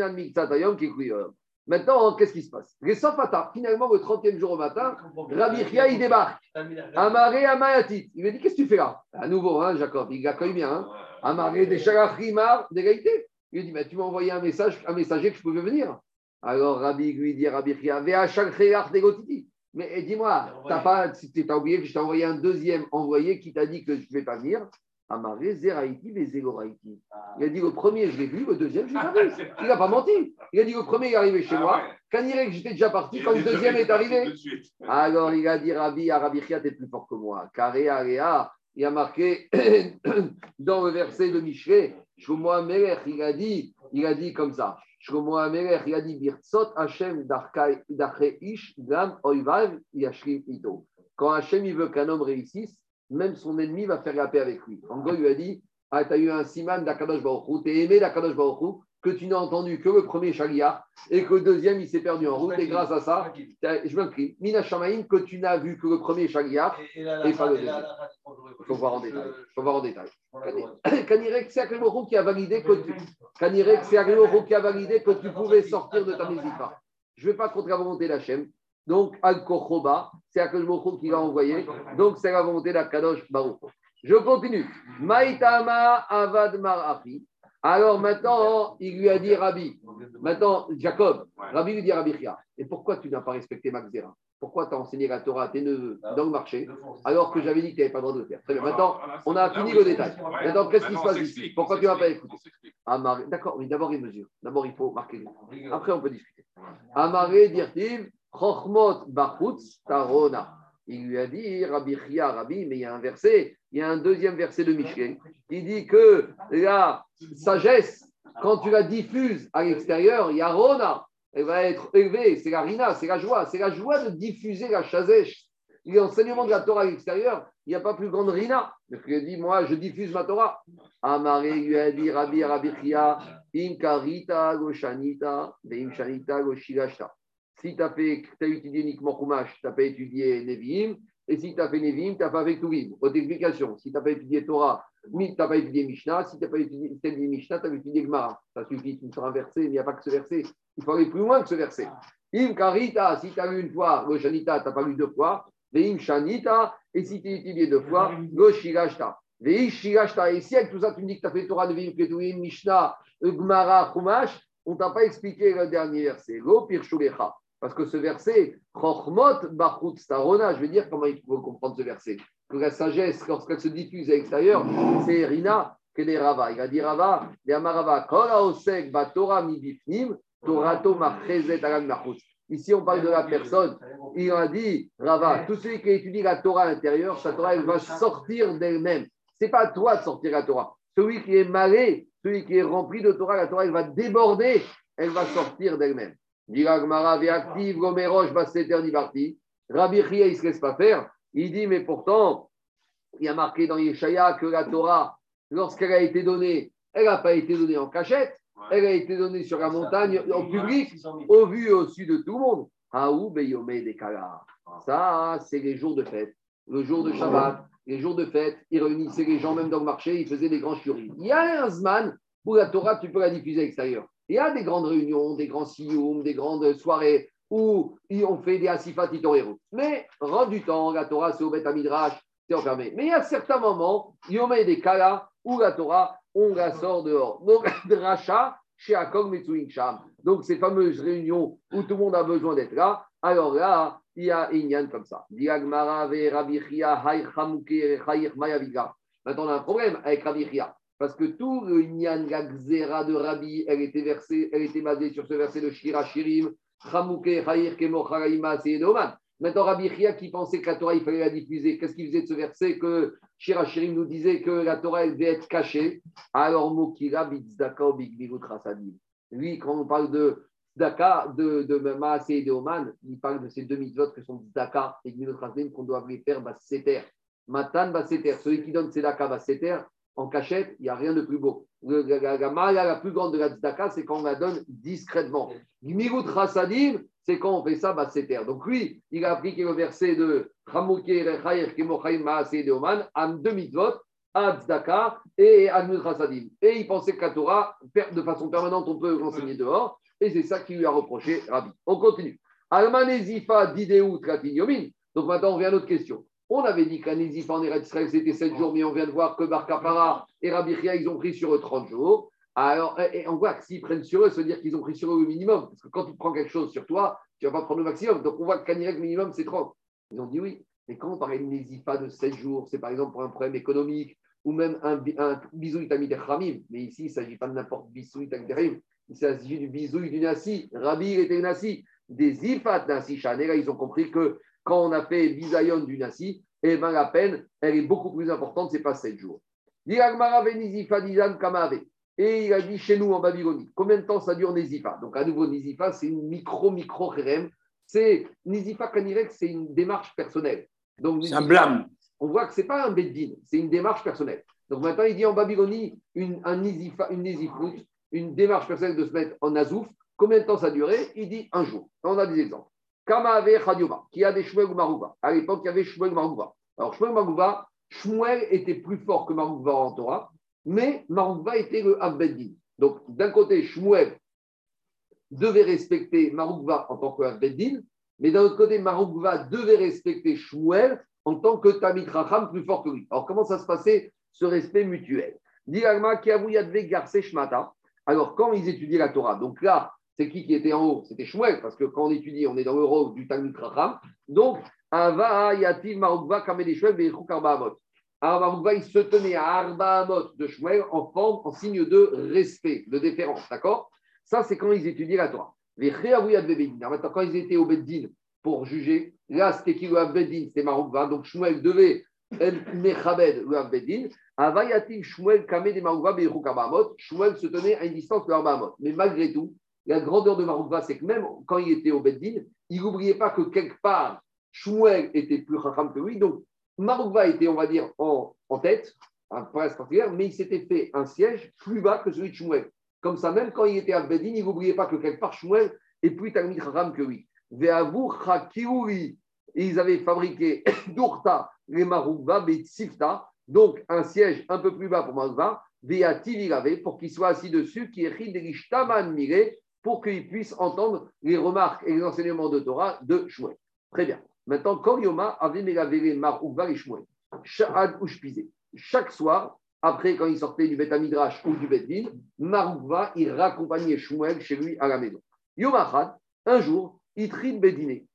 maintenant, qu'est-ce qui se passe Les Sofata, finalement, le 30e jour au matin, Rabbi Chia, il débarque. Amaré Amayatit. Il lui dit, qu'est-ce que tu fais là À nouveau, hein, Jacob, il l'accueille bien. Hein. Amaré des Shalachrimar d'égalité. Il lui dit, mais tu m'as envoyé un messager que je pouvais venir. Alors, Rabbi lui dit, Rabbi Chia, Vea Shalchreach Degotiti. Mais tu t'as oublié que je t'ai envoyé un deuxième envoyé qui t'a dit que je ne vais pas venir. Amaré, Zeraïti, Vezegoraïti. Il a dit le premier, je l'ai vu, le deuxième, je l'ai pas vu. Il n'a pas menti. Il a dit le premier, il est arrivé chez moi. Quand il dirait que j'étais déjà parti, quand le deuxième est arrivé. Alors il a dit Rabbi Chia, t'es plus fort que moi. Carré, Aréa, il a marqué dans le verset de Mishré, Shlomo Amelech, il a dit comme ça. Shlomo Amelech, il a dit Birtzot Hashem Darche Ish Gam Oivav Yashrim Ito. Quand Hashem il veut qu'un homme réussisse, même son ennemi va faire la paix avec lui. En gros, il lui a dit, tu as eu un siman d'Akadosh Baruch Hu, tu es aimé d'Akadosh Baruch Hu, que tu n'as entendu que le premier Shaliach, et que le deuxième, il s'est perdu en route, et grâce à ça, je m'inscris, Mina Shamaïm, que tu n'as vu que le premier Shaliach, et pas le deuxième. Il faut voir en détail. Kanirek, c'est Akadosh Baruch Hu qui a validé que tu pouvais sortir de ta Nézifa. Je ne vais pas contre la volonté d'Hachem. Donc, Al-Kochoba, c'est Akadosh Baruch Hu qui l'a envoyé. Donc, c'est la volonté d'Akadosh Baruch Hu. Je continue. Maïtama Avad Marachi. Alors maintenant, il lui a dit Rabbi. Maintenant, Jacob, Rabbi lui dit à Rabbi Chia. Et pourquoi tu n'as pas respecté Maxera? Pourquoi tu as enseigné la Torah à tes neveux dans le marché alors que j'avais dit que tu n'avais pas le droit de le faire? Très bien. Maintenant, on a fini le détail. Maintenant, qu'est-ce qui se passe ici? Pourquoi tu ne m'as pas écouté? D'accord, mais d'abord, il mesure. D'abord, il faut marquer. Après, on peut discuter. Amaré Dirtiv. Chochmot Bachutz Tarona. Il lui a dit, Rabbi Chia, Rabbi, mais il y a un verset, il y a un deuxième verset de Michelet qui dit que la sagesse, quand tu la diffuses à l'extérieur, il y a Rona, elle va être élevée, c'est la Rina, c'est la joie de diffuser la sagesse l'enseignement de la Torah à l'extérieur, il n'y a pas plus grande rina. Donc il dit, moi, je diffuse ma Torah. Amaré lui a dit, Rabbi Chia, im karita go shanita, veim shanita go shirashta. Si tu as étudié uniquement Chumash, tu n'as pas étudié Nevi'im. Et si tu as fait Nevi'im, tu n'as pas fait Tuvim. Autre explication, si tu n'as pas étudié Torah, tu n'as pas étudié Mishnah. Si tu n'as pas étudié Mishnah, tu as étudié Gemara. Ça suffit, tu me sors un verset, mais il n'y a pas que ce verset. Il faut aller plus loin que ce verset. Im karita, si tu as lu une fois, le shanita, tu n'as pas lu deux fois. Veim shanita, et si tu as étudié deux fois, le shirashta. Veim shirashta, et si avec tout ça, tu me dis que tu as fait Torah, Nevi'im, Ketuvim, Mishnah, Gemara, Chumash, on ne t'a pas expliqué le dernier verset. Lo pirshulecha. Parce que ce verset, Chochmot Bachut Starona, je vais dire comment il faut comprendre ce verset. Que la sagesse, lorsqu'elle se diffuse à l'extérieur, c'est Rina, Kene Rava. Il a dit Rava, Rava, Kol Haosek Batora Mibifnim, Torato Machezet Alam Machut. Ici, on parle de la personne. Il a dit Rava, tout celui qui étudie la Torah à l'intérieur, sa Torah, elle va sortir d'elle-même. Ce n'est pas à toi de sortir la Torah. Celui qui est malé, celui qui est rempli de Torah, la Torah, elle va déborder, elle va sortir d'elle-même. Rabbi Chia, il ne se laisse pas faire. Il dit, mais pourtant, il y a marqué dans Yeshaya que la Torah, lorsqu'elle a été donnée, elle n'a pas été donnée en cachette, elle a été donnée sur la montagne, en public, au vu et au su de tout le monde. Ça, c'est les jours de fête, le jour de Shabbat, les jours de fête, ils réunissaient les gens même dans le marché, ils faisaient des grands shurim. Il y a un zman où la Torah, tu peux la diffuser à l'extérieur. Il y a des grandes réunions, des grands siyum, des grandes soirées où on fait des asifat itorero. Mais, rend du temps, la Torah, c'est au Bet Midrash, c'est enfermé. Mais il y a certains moments, il y a des cas là où la Torah, on la sort dehors. Donc, Dracha, chez Akog Metsuin Sham. Donc, ces fameuses réunions où tout le monde a besoin d'être là, alors là, il y a Inyan comme ça. Maintenant, on a un problème avec Rabbi Chia. Parce que tout le Inyan, la Gzera de Rabbi, elle était basée sur ce verset de Shira Shirim, Chamouke, Chayir, Kemo, Charaïma, Seyedoman. Maintenant, Rabbi Chia qui pensait que la Torah, il fallait la diffuser, qu'est-ce qu'il faisait de ce verset que Shira Shirim nous disait que la Torah, elle devait être cachée? Alors, Mokira, Bitzdaka, Bigbigut, Rasadim. Lui, quand on parle de Zdaka, de Maase et de Oman, il parle de ces deux mitzvot que sont Zdaka et Bigbigut, Rasadim, qu'on doit les faire Basseter. Matan, Basseter. Celui qui donne Tzedaka, Basseter, en cachette, il n'y a rien de plus beau. La mala la plus grande de la tzedaka, c'est quand on la donne discrètement. Gmirut Rasadim, c'est quand on fait ça, Basseter. Donc lui, il a appliqué le verset de Chamouké, Rechaïr, Kemochaïm, Maase de Oman, à deux mitzvot, à tzedaka et à Gmirut Rasadim. Et il pensait que la Torah, de façon permanente, on peut l'enseigner dehors. Et c'est ça qui lui a reproché Rabbi. On continue. Almanezifa Dideu Tratin Yomin. Donc maintenant, on vient à notre question. On avait dit qu'un Nézipha en Eretz Israël, c'était 7 jours, mais on vient de voir que Bar Kapara et Rabbi Chia, ils ont pris sur eux 30 jours. Alors, et on voit que s'ils prennent sur eux, ça veut dire qu'ils ont pris sur eux le minimum. Parce que quand tu prends quelque chose sur toi, tu ne vas pas prendre le maximum. Donc, on voit que le minimum, c'est 30. Ils ont dit oui. Mais quand on parle de Nézipha de 7 jours, c'est par exemple pour un problème économique ou même un bisouille tamid Ramim. Mais ici, il ne s'agit pas de n'importe bisouille tamid Ramim. Il s'agit du bisouille du Nassi. Rabbi, il était Nassi. Des Zifat Nassi Shane. Là, ils ont compris que quand on a fait Bisayon du Nassi, eh bien la peine, elle est beaucoup plus importante, ce n'est pas 7 jours. Et il a dit chez nous en Babylonie, combien de temps ça dure Nézifa? Donc à nouveau, Nézifa, c'est une micro-kherem. C'est Nézifa Kanirek, c'est une démarche personnelle. Donc, c'est un blâme. On voit que ce n'est pas un beddin, c'est une démarche personnelle. Donc maintenant, il dit en Babylonie, une démarche personnelle de se mettre en Azouf. Combien de temps ça a duré? Il dit 1 jour. On a des exemples. Kamave Khadioba, qui a des Shmuel ou Marouba. À l'époque, il y avait Shmuel Marouba. Alors, Shmuel Marouba, Shmuel était plus fort que Marouba en Torah, mais Marouba était le Abbeddin. Donc, d'un côté, Shmuel devait respecter Marouba en tant que Abbeddin, mais d'un autre côté, Marouba devait respecter Shmuel en tant que Tamid Racham plus fort que lui. Alors, comment ça se passait, ce respect mutuel? Diragma qui avouillait Garce Shmata. Alors, quand ils étudiaient la Torah, donc là, c'est qui était en haut? C'était Shmuel, parce que quand on étudie, on est dans le rôle du Talmud Chacham. Donc, Ava Yativ Maroukva Kamel Shmuel Beichuk Arba Amot. Alors, Maroukva, il se tenait à Arba Amot de Shmuel en signe de respect, de déférence, d'accord? Ça, c'est quand ils étudiaient la Torah. Maintenant, quand ils étaient au Beddin pour juger, là, c'était qui le Beddin? C'était Maroukva. Donc, Shmuel devait Mechabed le Beddin. Ava Yativ Shmuel Kamel Maroukva Beichuk Arba Amot. Shmuel se tenait à une distance de Arba Amot. Mais malgré tout, la grandeur de Maroukva, c'est que même quand il était au Beddin, il n'oubliait pas que quelque part, Shmuel était plus chacham que lui. Donc, Maroukva était, on va dire, en tête, un prince particulier, mais il s'était fait un siège plus bas que celui de Shmuel. Comme ça, même quand il était à Bedin, il n'oubliait pas que quelque part Shmuel est plus talmid chacham que lui. Ve'avu chakiouri, ils avaient fabriqué Dourta, les Maroukva, Betsifta, donc un siège un peu plus bas pour Maroukva, Ve'ativ il avait, pour qu'il soit assis dessus, qui est Ridrishtaman Miré, pour qu'il puisse entendre les remarques et les enseignements de Torah de Shmuel. Très bien. Maintenant, quand Yoma avait mélavé Maroukva et Shmuel, Sha'ad ou Shpizé, chaque soir, après quand il sortait du Beth Midrash ou du Beth Din, Maroukva, il raccompagnait Shmuel chez lui à la maison. Yom Achad, un jour, il trid Bediné.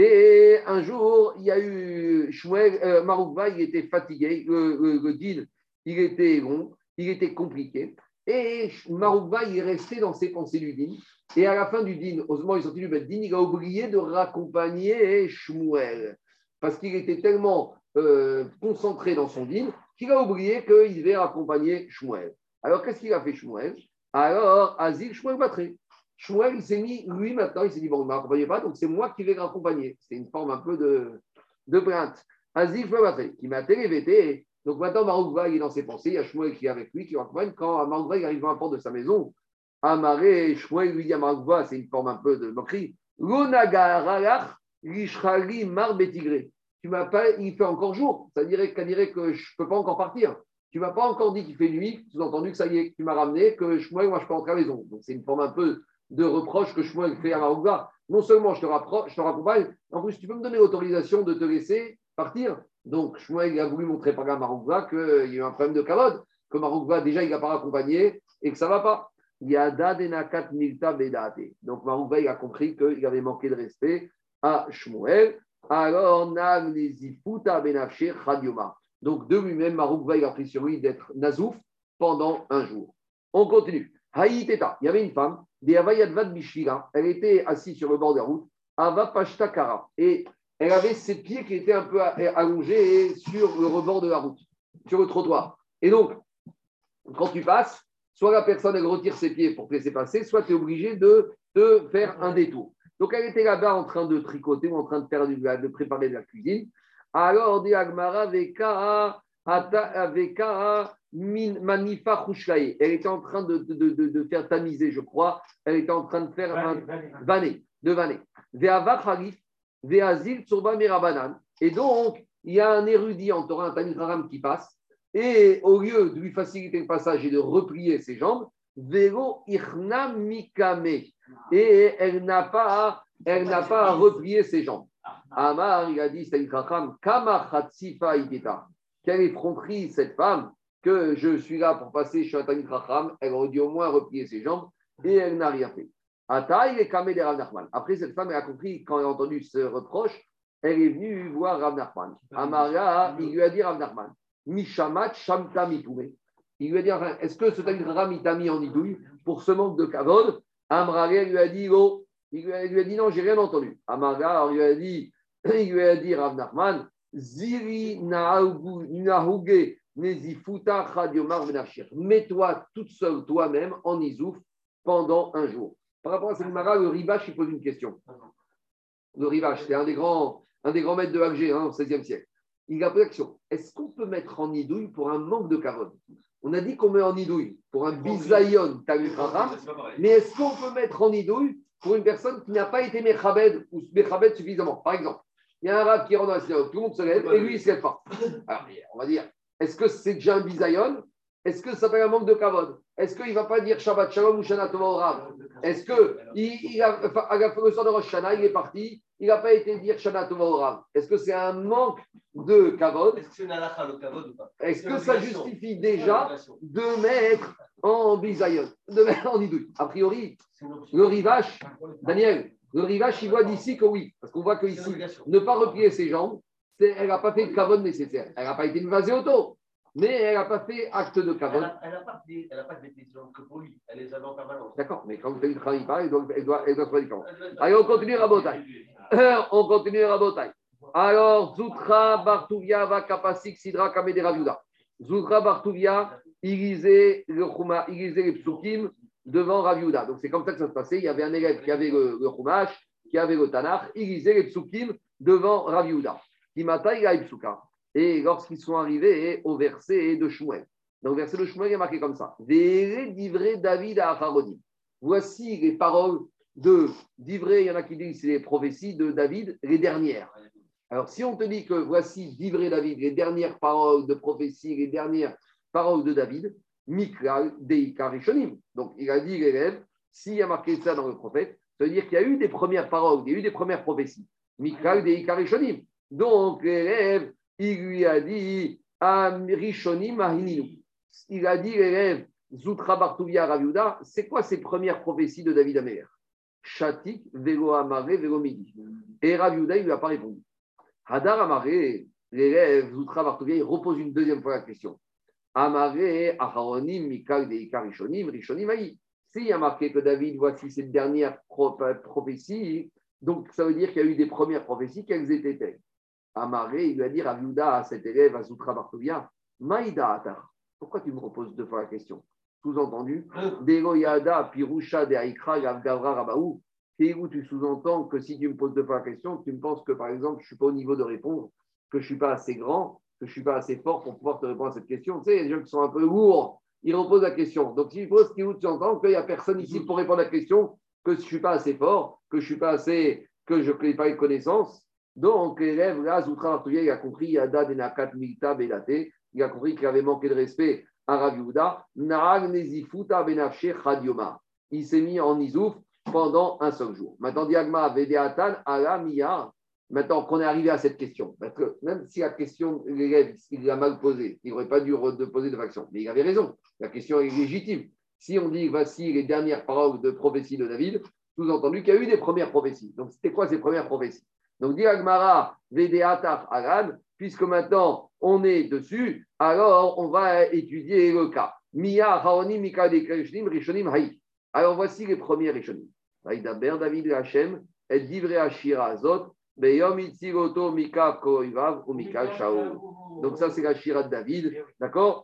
Et un jour, il y a eu Shmuel, Maroukva, il était fatigué, le Din, il était long, il était compliqué. Et Maroukva, il est resté dans ses pensées du Din. Et à la fin du Din, au moment où il est sorti du Beth Din, il a oublié de raccompagner Shmuel. Parce qu'il était tellement concentré dans son Din qu'il a oublié qu'il devait raccompagner Shmuel. Alors, qu'est-ce qu'il a fait Shmuel? Alors, Azil, Shmuel Batré. Shmuel, il s'est mis, lui maintenant, il s'est dit, bon, il ne m'accompagnait pas, donc c'est moi qui vais le raccompagner. C'est une forme un peu de plainte. Azil, Shmuel Batré, qui m'a télévété. Donc maintenant, Maroukva, il est dans ses pensées, il y a Shmuel qui est avec lui, qui l'accompagne. Quand Maroukva, il arrive à la porte de sa maison, Amaré, Shmuel lui dit à Maroukva, c'est une forme un peu de moquerie, Lonagaralach, Lishrali, Mar Betigré. Tu m'as pas, il fait encore jour. Ça dirait que je ne peux pas encore partir. Tu ne m'as pas encore dit qu'il fait nuit, sous-entendu que ça y est, tu m'as ramené, que Shmuel, moi, je peux rentrer à la maison. Donc c'est une forme un peu de reproche que Shmuel fait à Maroukva. Non seulement je te raccompagne, en plus, tu peux me donner l'autorisation de te laisser partir. Donc Shmuel a voulu montrer par là à Maroukva qu'il y a eu un problème de kavod, que Maroukva, déjà, il n'a pas raccompagné et que ça ne va pas. Yada denakat milta bedate. Donc Maroukva, il a compris qu'il avait manqué de respect à Shmuel. Alors, Nagnezifuta benafshe chadioma. Donc de lui-même, Maroukva, il a pris sur lui d'être nazouf pendant un jour. On continue. Haïteta, il y avait une femme, des Havayadvad Bishira, elle était assise sur le bord de la route, Ava Pashtakara, et elle avait ses pieds qui étaient un peu allongés sur le rebord de la route, sur le trottoir. Et donc, quand tu passes, soit la personne elle retire ses pieds pour te laisser passer, soit tu es obligé de te faire un détour. Donc elle était là-bas en train de tricoter ou en train de faire de préparer de la cuisine. Alors, dit Agmara Veka Manifa Khushkaye. Elle était en train de faire tamiser, je crois. Elle était en train de faire vanner. Ve'ava Khalif, Ve'azil Tsurba Mirabanan. Et donc, il y a un érudit en Torah, un Talmid Chacham qui passe. Et au lieu de lui faciliter le passage et de replier ses jambes, Velo Ichna Mikame. Et elle n'a pas à replier ses jambes. Amar, il a dit, c'est Chacham, Kama Chatsifa Ideta. Quelle effronterie cette femme que je suis là pour passer chez un Talmid Chacham. Elle aurait dû au moins replier ses jambes et elle n'a rien fait. Ata, il est Kamé de Rav Nachman. Après, cette femme, elle a compris, quand elle a entendu ce reproche, elle est venue voir Rav Nachman. Amara, il lui a dit Rav Nachman, Mishamat Shamta Mitoumé. Il lui a dit, enfin, est-ce que ce Talmid Chacham, il t'a mis en idouille pour ce manque de kavod? Amrali lui a dit, oh. Il lui a dit, non, j'ai rien entendu. Amara, il lui a dit Rav Nachman, Ziri Nahuge Nezifuta Chadiomar Benachir. Mets-toi toute seule, toi-même, en Izouf pendant un jour. Par rapport à cette Mara, le Rivache, il pose une question. Le Rivache, c'est un des grands maîtres de Alger, au XVIe siècle. Il a posé la question, est-ce qu'on peut mettre en idouille pour un manque de kavod? On a dit qu'on met en idouille pour un bisayon Talmid Chacham, mais est-ce qu'on peut mettre en idouille pour une personne qui n'a pas été mechabed ou mechabed suffisamment? Par exemple, il y a un rab qui rentre dans la synagogue, tout le monde se lève et lui, il ne se lève pas. Alors, on va dire, est-ce que c'est déjà un bisayon? Est-ce que ça s'appelle un manque de kavod? Est-ce qu'il ne va pas dire Shabbat Shalom ou Shana Tova au rab? Est-ce qu'il a fait le soir de Rosh Hashanah, il est parti, il n'a pas été dire Shana Tova au rab? Est-ce que c'est un manque de kavod? Est-ce que c'est une halakha le kavod ou pas? Est-ce que ça justifie déjà de mettre en bisayon, de mettre en idouille? A priori, le Rivache, Daniel, le Rivache, il voit d'ici que oui, parce qu'on voit qu'ici, ne pas replier ses jambes, elle n'a pas fait le kavod nécessaire. Elle n'a pas été une vasée auto, mais elle n'a pas fait acte de kavod. Elle n'a pas fait des jambes que pour lui, elle les avait en permanence. D'accord, mais quand elle ne travaille pas, elle doit se faire du kavod. Allez, on continue Rabotai. On continue Rabotai. Alors, Zoutra Bartouvia va Kapasik Sidra Kamede Raviuda. Zoutra Bartouvia, il lisait les psukim devant Raviuda. Donc, c'est comme ça que ça se passait. Il y avait un élève qui avait le Chumash, qui avait le Tanakh. Il lisait les psukim devant Rav Yehuda. Kimata Ipsuka. Et lorsqu'ils sont arrivés au verset de Shmuel. Dans le verset de Shmuel, il est marqué comme ça. Divrei David à Acharonim. Voici les paroles de Divrei, il y en a qui disent que c'est les prophéties de David, les dernières. Alors, si on te dit que voici Divrei David, les dernières paroles de prophétie, les dernières paroles de David, Mikral Deika Rishonim. Donc, il a dit l'élève, s'il y a marqué ça dans le prophète, ça veut dire qu'il y a eu des premières paroles, il y a eu des premières prophéties. Mikral Deika Rishonim. Donc, l'élève, il lui a dit Rishonim Ahininu. Il a dit l'élève Zoutra Bartouvia Raviuda, c'est quoi ces premières prophéties de David Améler? Chatik, Velo Amaré, Velo Midi. Et Raviuda, il ne lui a pas répondu. Hadar Amaré, l'élève Zoutra Bartouvia, il repose une deuxième fois la question. Amaré, Aharonim, Mikal, Deika, Rishonim, Rishonim Ahi. S'il y a marqué que David, voici cette dernière prophétie, donc ça veut dire qu'il y a eu des premières prophéties, quelles étaient-elles? Amaré, il va dire à Viuda, à cet élève, à Zoutra Bartovia, Maïda Atar. Pourquoi tu me reposes deux fois la question? Sous-entendu, Degoyada, Pirusha, de Aikra, Gavra, Rabaou. Et où tu sous-entends que si tu me poses deux fois la question, tu me penses que par exemple, je ne suis pas au niveau de répondre, que je ne suis pas assez grand, que je ne suis pas assez fort pour pouvoir te répondre à cette question. Tu sais, il y a des gens qui sont un peu lourds, ils reposent la question. Donc, s'il pose, tu entends qu'il n'y a personne ici pour répondre à la question, que je ne suis pas assez fort, que je n'ai pas les connaisses. Donc, l'élève, là, Zoutra Bartouya, il a compris, Yada, Denakat, Milta, Belate, il a compris qu'il avait manqué de respect à Rav Yehuda. Nahag, Nezifuta, Benafshe, Chadioma. Il s'est mis en Izouf pendant un seul jour. Maintenant, Diagma, Vedeatan, Ala, Miyar. Maintenant qu'on est arrivé à cette question, parce que même si la question, l'élève, il l'a mal posée, il n'aurait pas dû poser de faction, mais il avait raison. La question est légitime. Si on dit, voici les dernières paroles de prophétie de David, sous-entendu qu'il y a eu des premières prophéties. Donc, c'était quoi ces premières prophéties? Donc, dit Agmara, Vedeatar, Alan, puisque maintenant on est dessus, alors on va étudier le cas. Mia, Haoni, Mika, Rishonim, Rishonim, Haï. Alors, voici les premiers Rishonim. David, Hachem, et Divrei Ashira Azot, Beyom Itziroto, Mika, Koivav, ou Mika, Shaul. Donc, ça, c'est la Shira de David, d'accord?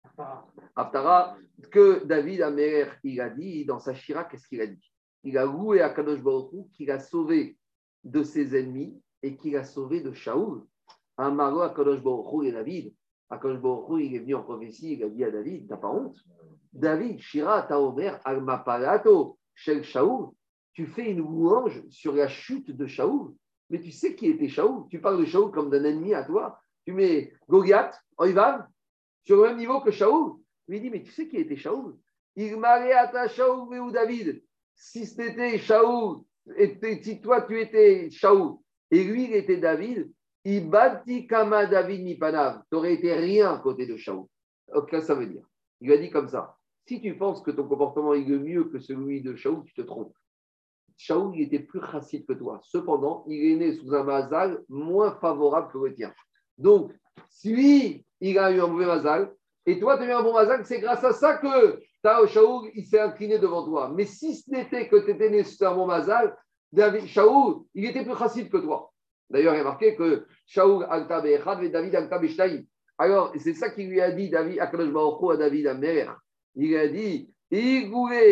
Aftara, que David Améler, il a dit dans sa Shira, qu'est-ce qu'il a dit? Il a loué à Kadosh Baruch Hu qu'il a sauvé de ses ennemis et qu'il a sauvé de Shaoul. Amaro Akadosh Baruch Hu et David. Akadosh Baruch Hu, il est venu en prophétie, il a dit à David, t'as pas honte? David, Shira, t'as ouvert Al-Mapalato, Shel Shaoul. Tu fais une louange sur la chute de Shaoul. Mais tu sais qui était Shaoul? Tu parles de Shaoul comme d'un ennemi à toi. Tu mets Goliath, Oivav, sur le même niveau que Shaoul. Il dit, mais tu sais qui était Shaoul? Il m'allait à ta Shaoul ou David. Si c'était Shaoul, et si toi tu étais Shaoul et lui il était David, Ibati Kama David Nipanav, tu n'aurais été rien à côté de Shaoul. Qu'est-ce que ça veut dire? Il lui a dit comme ça. Si tu penses que ton comportement est mieux que celui de Shaoul, tu te trompes. Shaoul, il était plus chassid que toi. Cependant, il est né sous un mazal moins favorable que le tien. Donc, si lui, il a eu un mauvais mazal, et toi, tu as eu un bon mazal, c'est grâce à ça que Shaoul, il s'est incliné devant toi. Mais si ce n'était que tu étais né sous un bon mazal, Shaoul, il était plus chassid que toi. D'ailleurs, il y a marqué que Shaoul alta be'echad et David alta be'shtaim. Alors, c'est ça qu'il lui a dit, David, Akadosh Baruch Hu à David Améler. Il a dit, il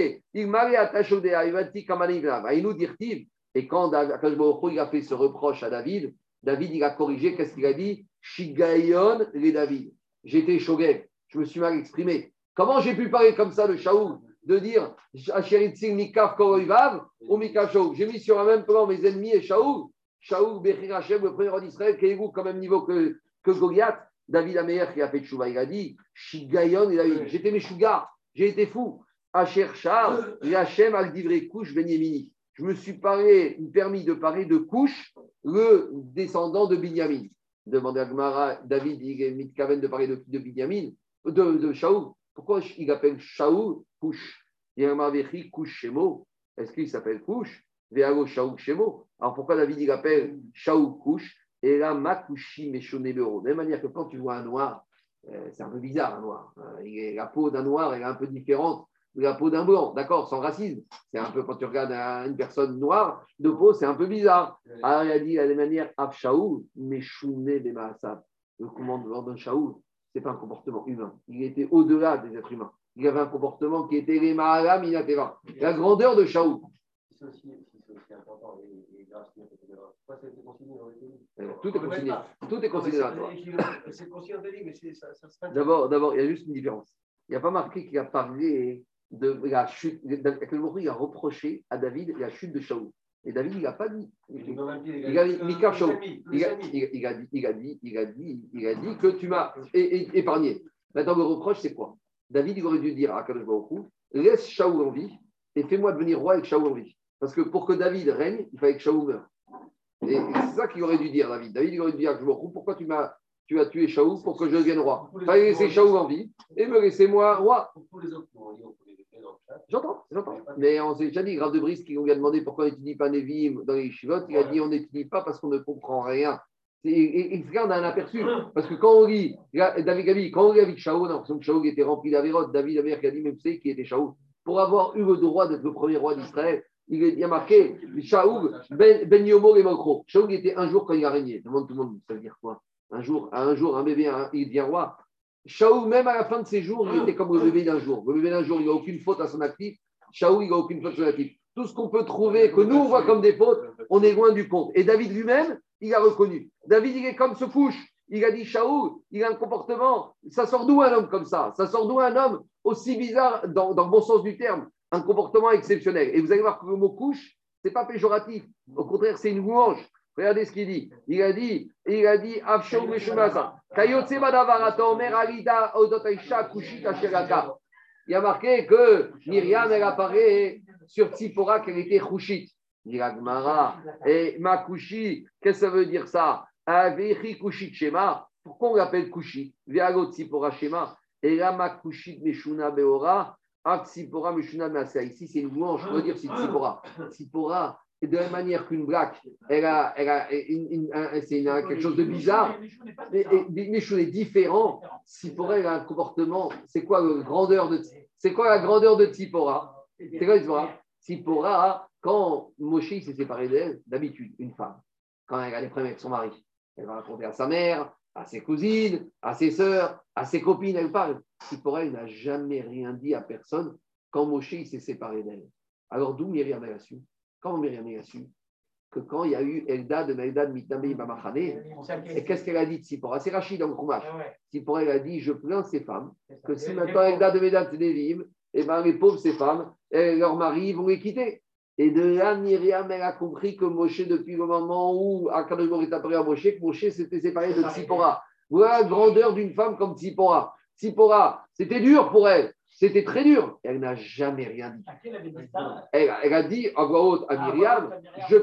m'a attaché il va dire Kamaniglav, il nous dit, et quand Akadosh Baruch Hu il a fait ce reproche à David, David il a corrigé, qu'est-ce qu'il a dit? Shigayon les David. J'étais shogeg, je me suis mal exprimé. Comment j'ai pu parler comme ça de Shaoul, de dire Asheritzing Mikaf Koroivav ou Mikaf Shaoul? J'ai mis sur un même plan mes ennemis et Shaoul. Shaoul, Bechir Hashem, le premier roi d'Israël, qui est quand même niveau que Goliath. David Améler qui a fait Tchouva, il a dit Shigayon et David. J'étais Meshuga, j'ai été fou. Asher Shar, Hachem Al-Divrei Kush Benyamini. Je me suis permis de parler de Kush, le descendant de Binyamin. Demandez à Gmara, David, il est mitkaven de parler de Binyamin, de Shaoul. Pourquoi il appelle Shaoul Kush? Il y a un marvéchi Kush Shemo. Est-ce qu'il s'appelle Kush? Vealo Shaoul Shemo. Alors pourquoi David il appelle Shaoul Kush? Et là, Makushi Meshonebero. De la même manière que quand tu vois un noir, c'est un peu bizarre un noir. La peau d'un noir elle est un peu différente de la peau d'un blanc, d'accord, sans racisme. C'est un peu quand tu regardes une personne noire de peau, c'est un peu bizarre. Alors il a dit de la même manière, Av Shaoul Meshune Bemaasav. Le commandement de Shaoul, ce n'est pas un comportement humain. Il était au-delà des êtres humains. Il avait un comportement qui était les Maharam Inateva. La grandeur de Shaoul. C'est aussi important, les graphes, c'était consigné dans les pays. Tout est consigné. Tout est consigné dans la Torah. C'est consigné dans les pays, mais ça se passe. D'abord, il y a juste une différence. Il n'y a pas marqué qu'il a parlé de la chute. Il a reproché à David la chute de Shaoul. Et David, il n'a pas dit. Il a dit, Mika Shaoul. Il a dit que tu m'as épargné. Maintenant, le reproche, c'est quoi? David, il aurait dû dire à Kadosh Baruch Hu, laisse Shaoul en vie et fais-moi devenir roi avec Shaoul en vie. Parce que pour que David règne, il fallait que Shaoul meure. Et c'est ça qu'il aurait dû dire, David. David, il aurait dû dire à Kadosh Baruch Hu, pourquoi tu as tué Shaoul pour que je devienne roi? Il fallait laisser Shaoul en vie et me laisser moi roi. J'entends. Mais on s'est déjà dit, Grave de Brice, qui lui a demandé pourquoi on n'étudie pas Nevi'im dans les Shivot, il a dit on n'étudie pas parce qu'on ne comprend rien. Et regarde, on a un aperçu. Parce que quand on lit, David Gabi, quand on lit avec Shaoul, on a l'impression que Shaoul était rempli d'Averot. David Amer qui a dit, même c'est qui était Shaoul. Pour avoir eu le droit d'être le premier roi d'Israël, il y a marqué Shaoul, Ben Yomo et Malchro. Shaoul était un jour quand il a régné. Demande tout le monde, ça veut dire quoi? Un jour, un bébé, il devient roi. Shaoul, même à la fin de ses jours, il était comme le bébé d'un jour. Le bébé d'un jour, il n'a aucune faute à son actif. Shaoul, il n'a aucune faute à son actif. Tout ce qu'on peut trouver, que nous, on voit comme des fautes, on est loin du compte. Et David lui-même, il a reconnu. David, il est comme ce couche. Il a dit Shaoul, il a un comportement. Ça sort d'où un homme comme ça? Ça sort d'où un homme aussi bizarre, dans le bon sens du terme? Un comportement exceptionnel. Et vous allez voir que le mot couche, ce n'est pas péjoratif. Au contraire, c'est une louange. Regardez ce qu'il dit. Il a dit, Afshon Meshumasa. Kayotse Badavarato, Omer Alida, Odotaisha, Kushita Sheraka. Il y a marqué que Myriam, elle apparaît sur Tzipora qu'elle était Kushit. Dit la Gemara. Et ma Kushi, qu'est-ce que ça veut dire ça? Avechi Kushit Shema. Pourquoi on l'appelle Kushit? Veago Tzipora Shema. Et là, ma Kushit Meshuna Beora. Tzipora Meshuna Measa. Ici, c'est une louange. Je veux dire, c'est Tzipora. Tzipora. Et de la même manière qu'une blague, c'est quelque chose de bizarre, mais Meshou est différent. Tzipora, elle a un comportement. C'est quoi la grandeur de Tzipora? C'est quoi Tzipora? Tzipora, quand Moshe s'est séparé d'elle, d'habitude, une femme, quand elle a des problèmes avec son mari, elle va raconter à sa mère, à ses cousines, à ses sœurs, à ses copines, elle parle. Tzipora, elle n'a jamais rien dit à personne quand Moshe s'est séparé d'elle. Alors d'où Myriam a su? Quand Myriam a su que quand il y a eu Eldad, Mitnamei, Bamachane, et qu'est-ce qu'elle a dit de Tzipora? C'est Rachid dans le Chumash. Tzipora, elle a dit, je plains ces femmes, que si maintenant Eldad, Medad, Nevim, et ben les pauvres, ces femmes, leurs maris vont les quitter. Et de là, Myriam, elle a compris que Moshe, depuis le moment où Akadosh Baruch Hu est apparu à Moshe, que Moshe s'était séparé de Tzipora. Voilà la grandeur d'une femme comme Tzipora. Tzipora, c'était dur pour elle. C'était très dur. Elle n'a jamais rien dit. Elle a dit à voix haute à Myriam,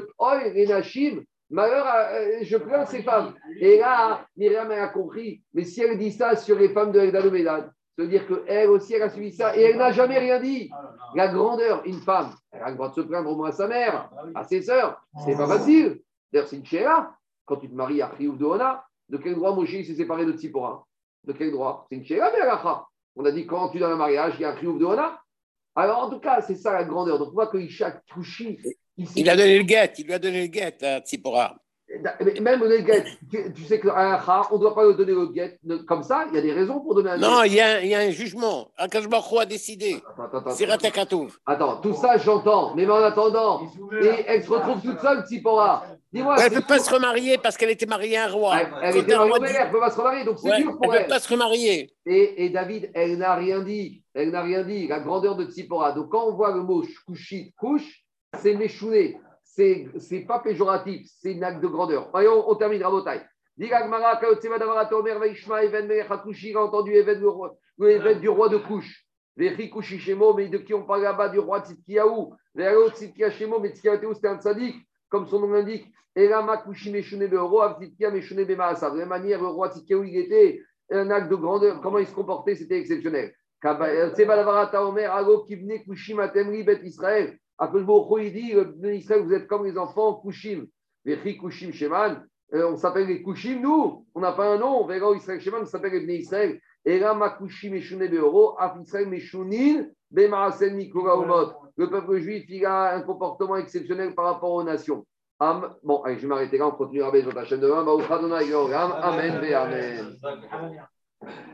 je plains ces femmes. Et là, Myriam a compris. Mais si elle dit ça sur les femmes de Eldad ou Medad, ça veut dire qu'elle aussi, elle a suivi ça. Et elle n'a jamais rien dit. La grandeur, une femme, elle a le droit de se plaindre au moins à sa mère, à ses sœurs. C'est pas facile. D'ailleurs, c'est une chéra. Quand tu te maries à Chiyuv de Hona, de quel droit Moshe s'est séparé de Tzipora? De quel droit? C'est une chéra, mais on a dit quand tu donnes un mariage, il y a un Chiyuv de Hona. Alors, en tout cas, c'est ça la grandeur. Donc, on voit que Ishak Touchi. Il lui a donné le guet à Tzipora. Même le guet, tu sais qu'à on ne doit pas lui donner le guet comme ça. Il y a des raisons pour donner un guet. Non, il y a un jugement. Akadosh Baruch Hu a décidé. C'est Ratakatouv. Attends, tout ça, j'entends. Mais en attendant, elle se retrouve toute seule, Tzipora. Dis-moi. Elle ne peut pas se remarier parce qu'elle était mariée à un roi. Elle était mariée au Bel-Air, elle ne peut pas se remarier. Donc, c'est dur pour elle. Elle ne peut pas se remarier. Et David, elle n'a rien dit. Elle n'a rien dit. La grandeur de Tzipora. Donc, quand on voit le mot couchit, couche, c'est méchouné. C'est pas péjoratif, c'est une acte de grandeur. Voyons, on termine Rabotai. Il a entendu l'évêque du roi de Couche. Mais de qui on parle là-bas, du roi Tzidkiyahu. Mais Tzidkiyahu, c'était un tzaddik, comme son nom l'indique. Et là, de la même manière, le roi Tzidkiyahu, il était un acte de grandeur. Comment il se comportait, c'était exceptionnel. Israël. Il dit, Israël, vous êtes comme les enfants Kushim. Les Kushim Sheman, on s'appelle les Kushim, nous, on n'a pas un nom. On verra Israël Sheman, on s'appelle les Bnei Israël. Et là, ma Kushim Meshune Beoro, Af Israël Meshunin, Bemarasen Mikora Umot. Le peuple juif, il a un comportement exceptionnel par rapport aux nations. Bon, allez, je vais m'arrêter là, on continuera avec la chaîne de 1. Amen, Amen.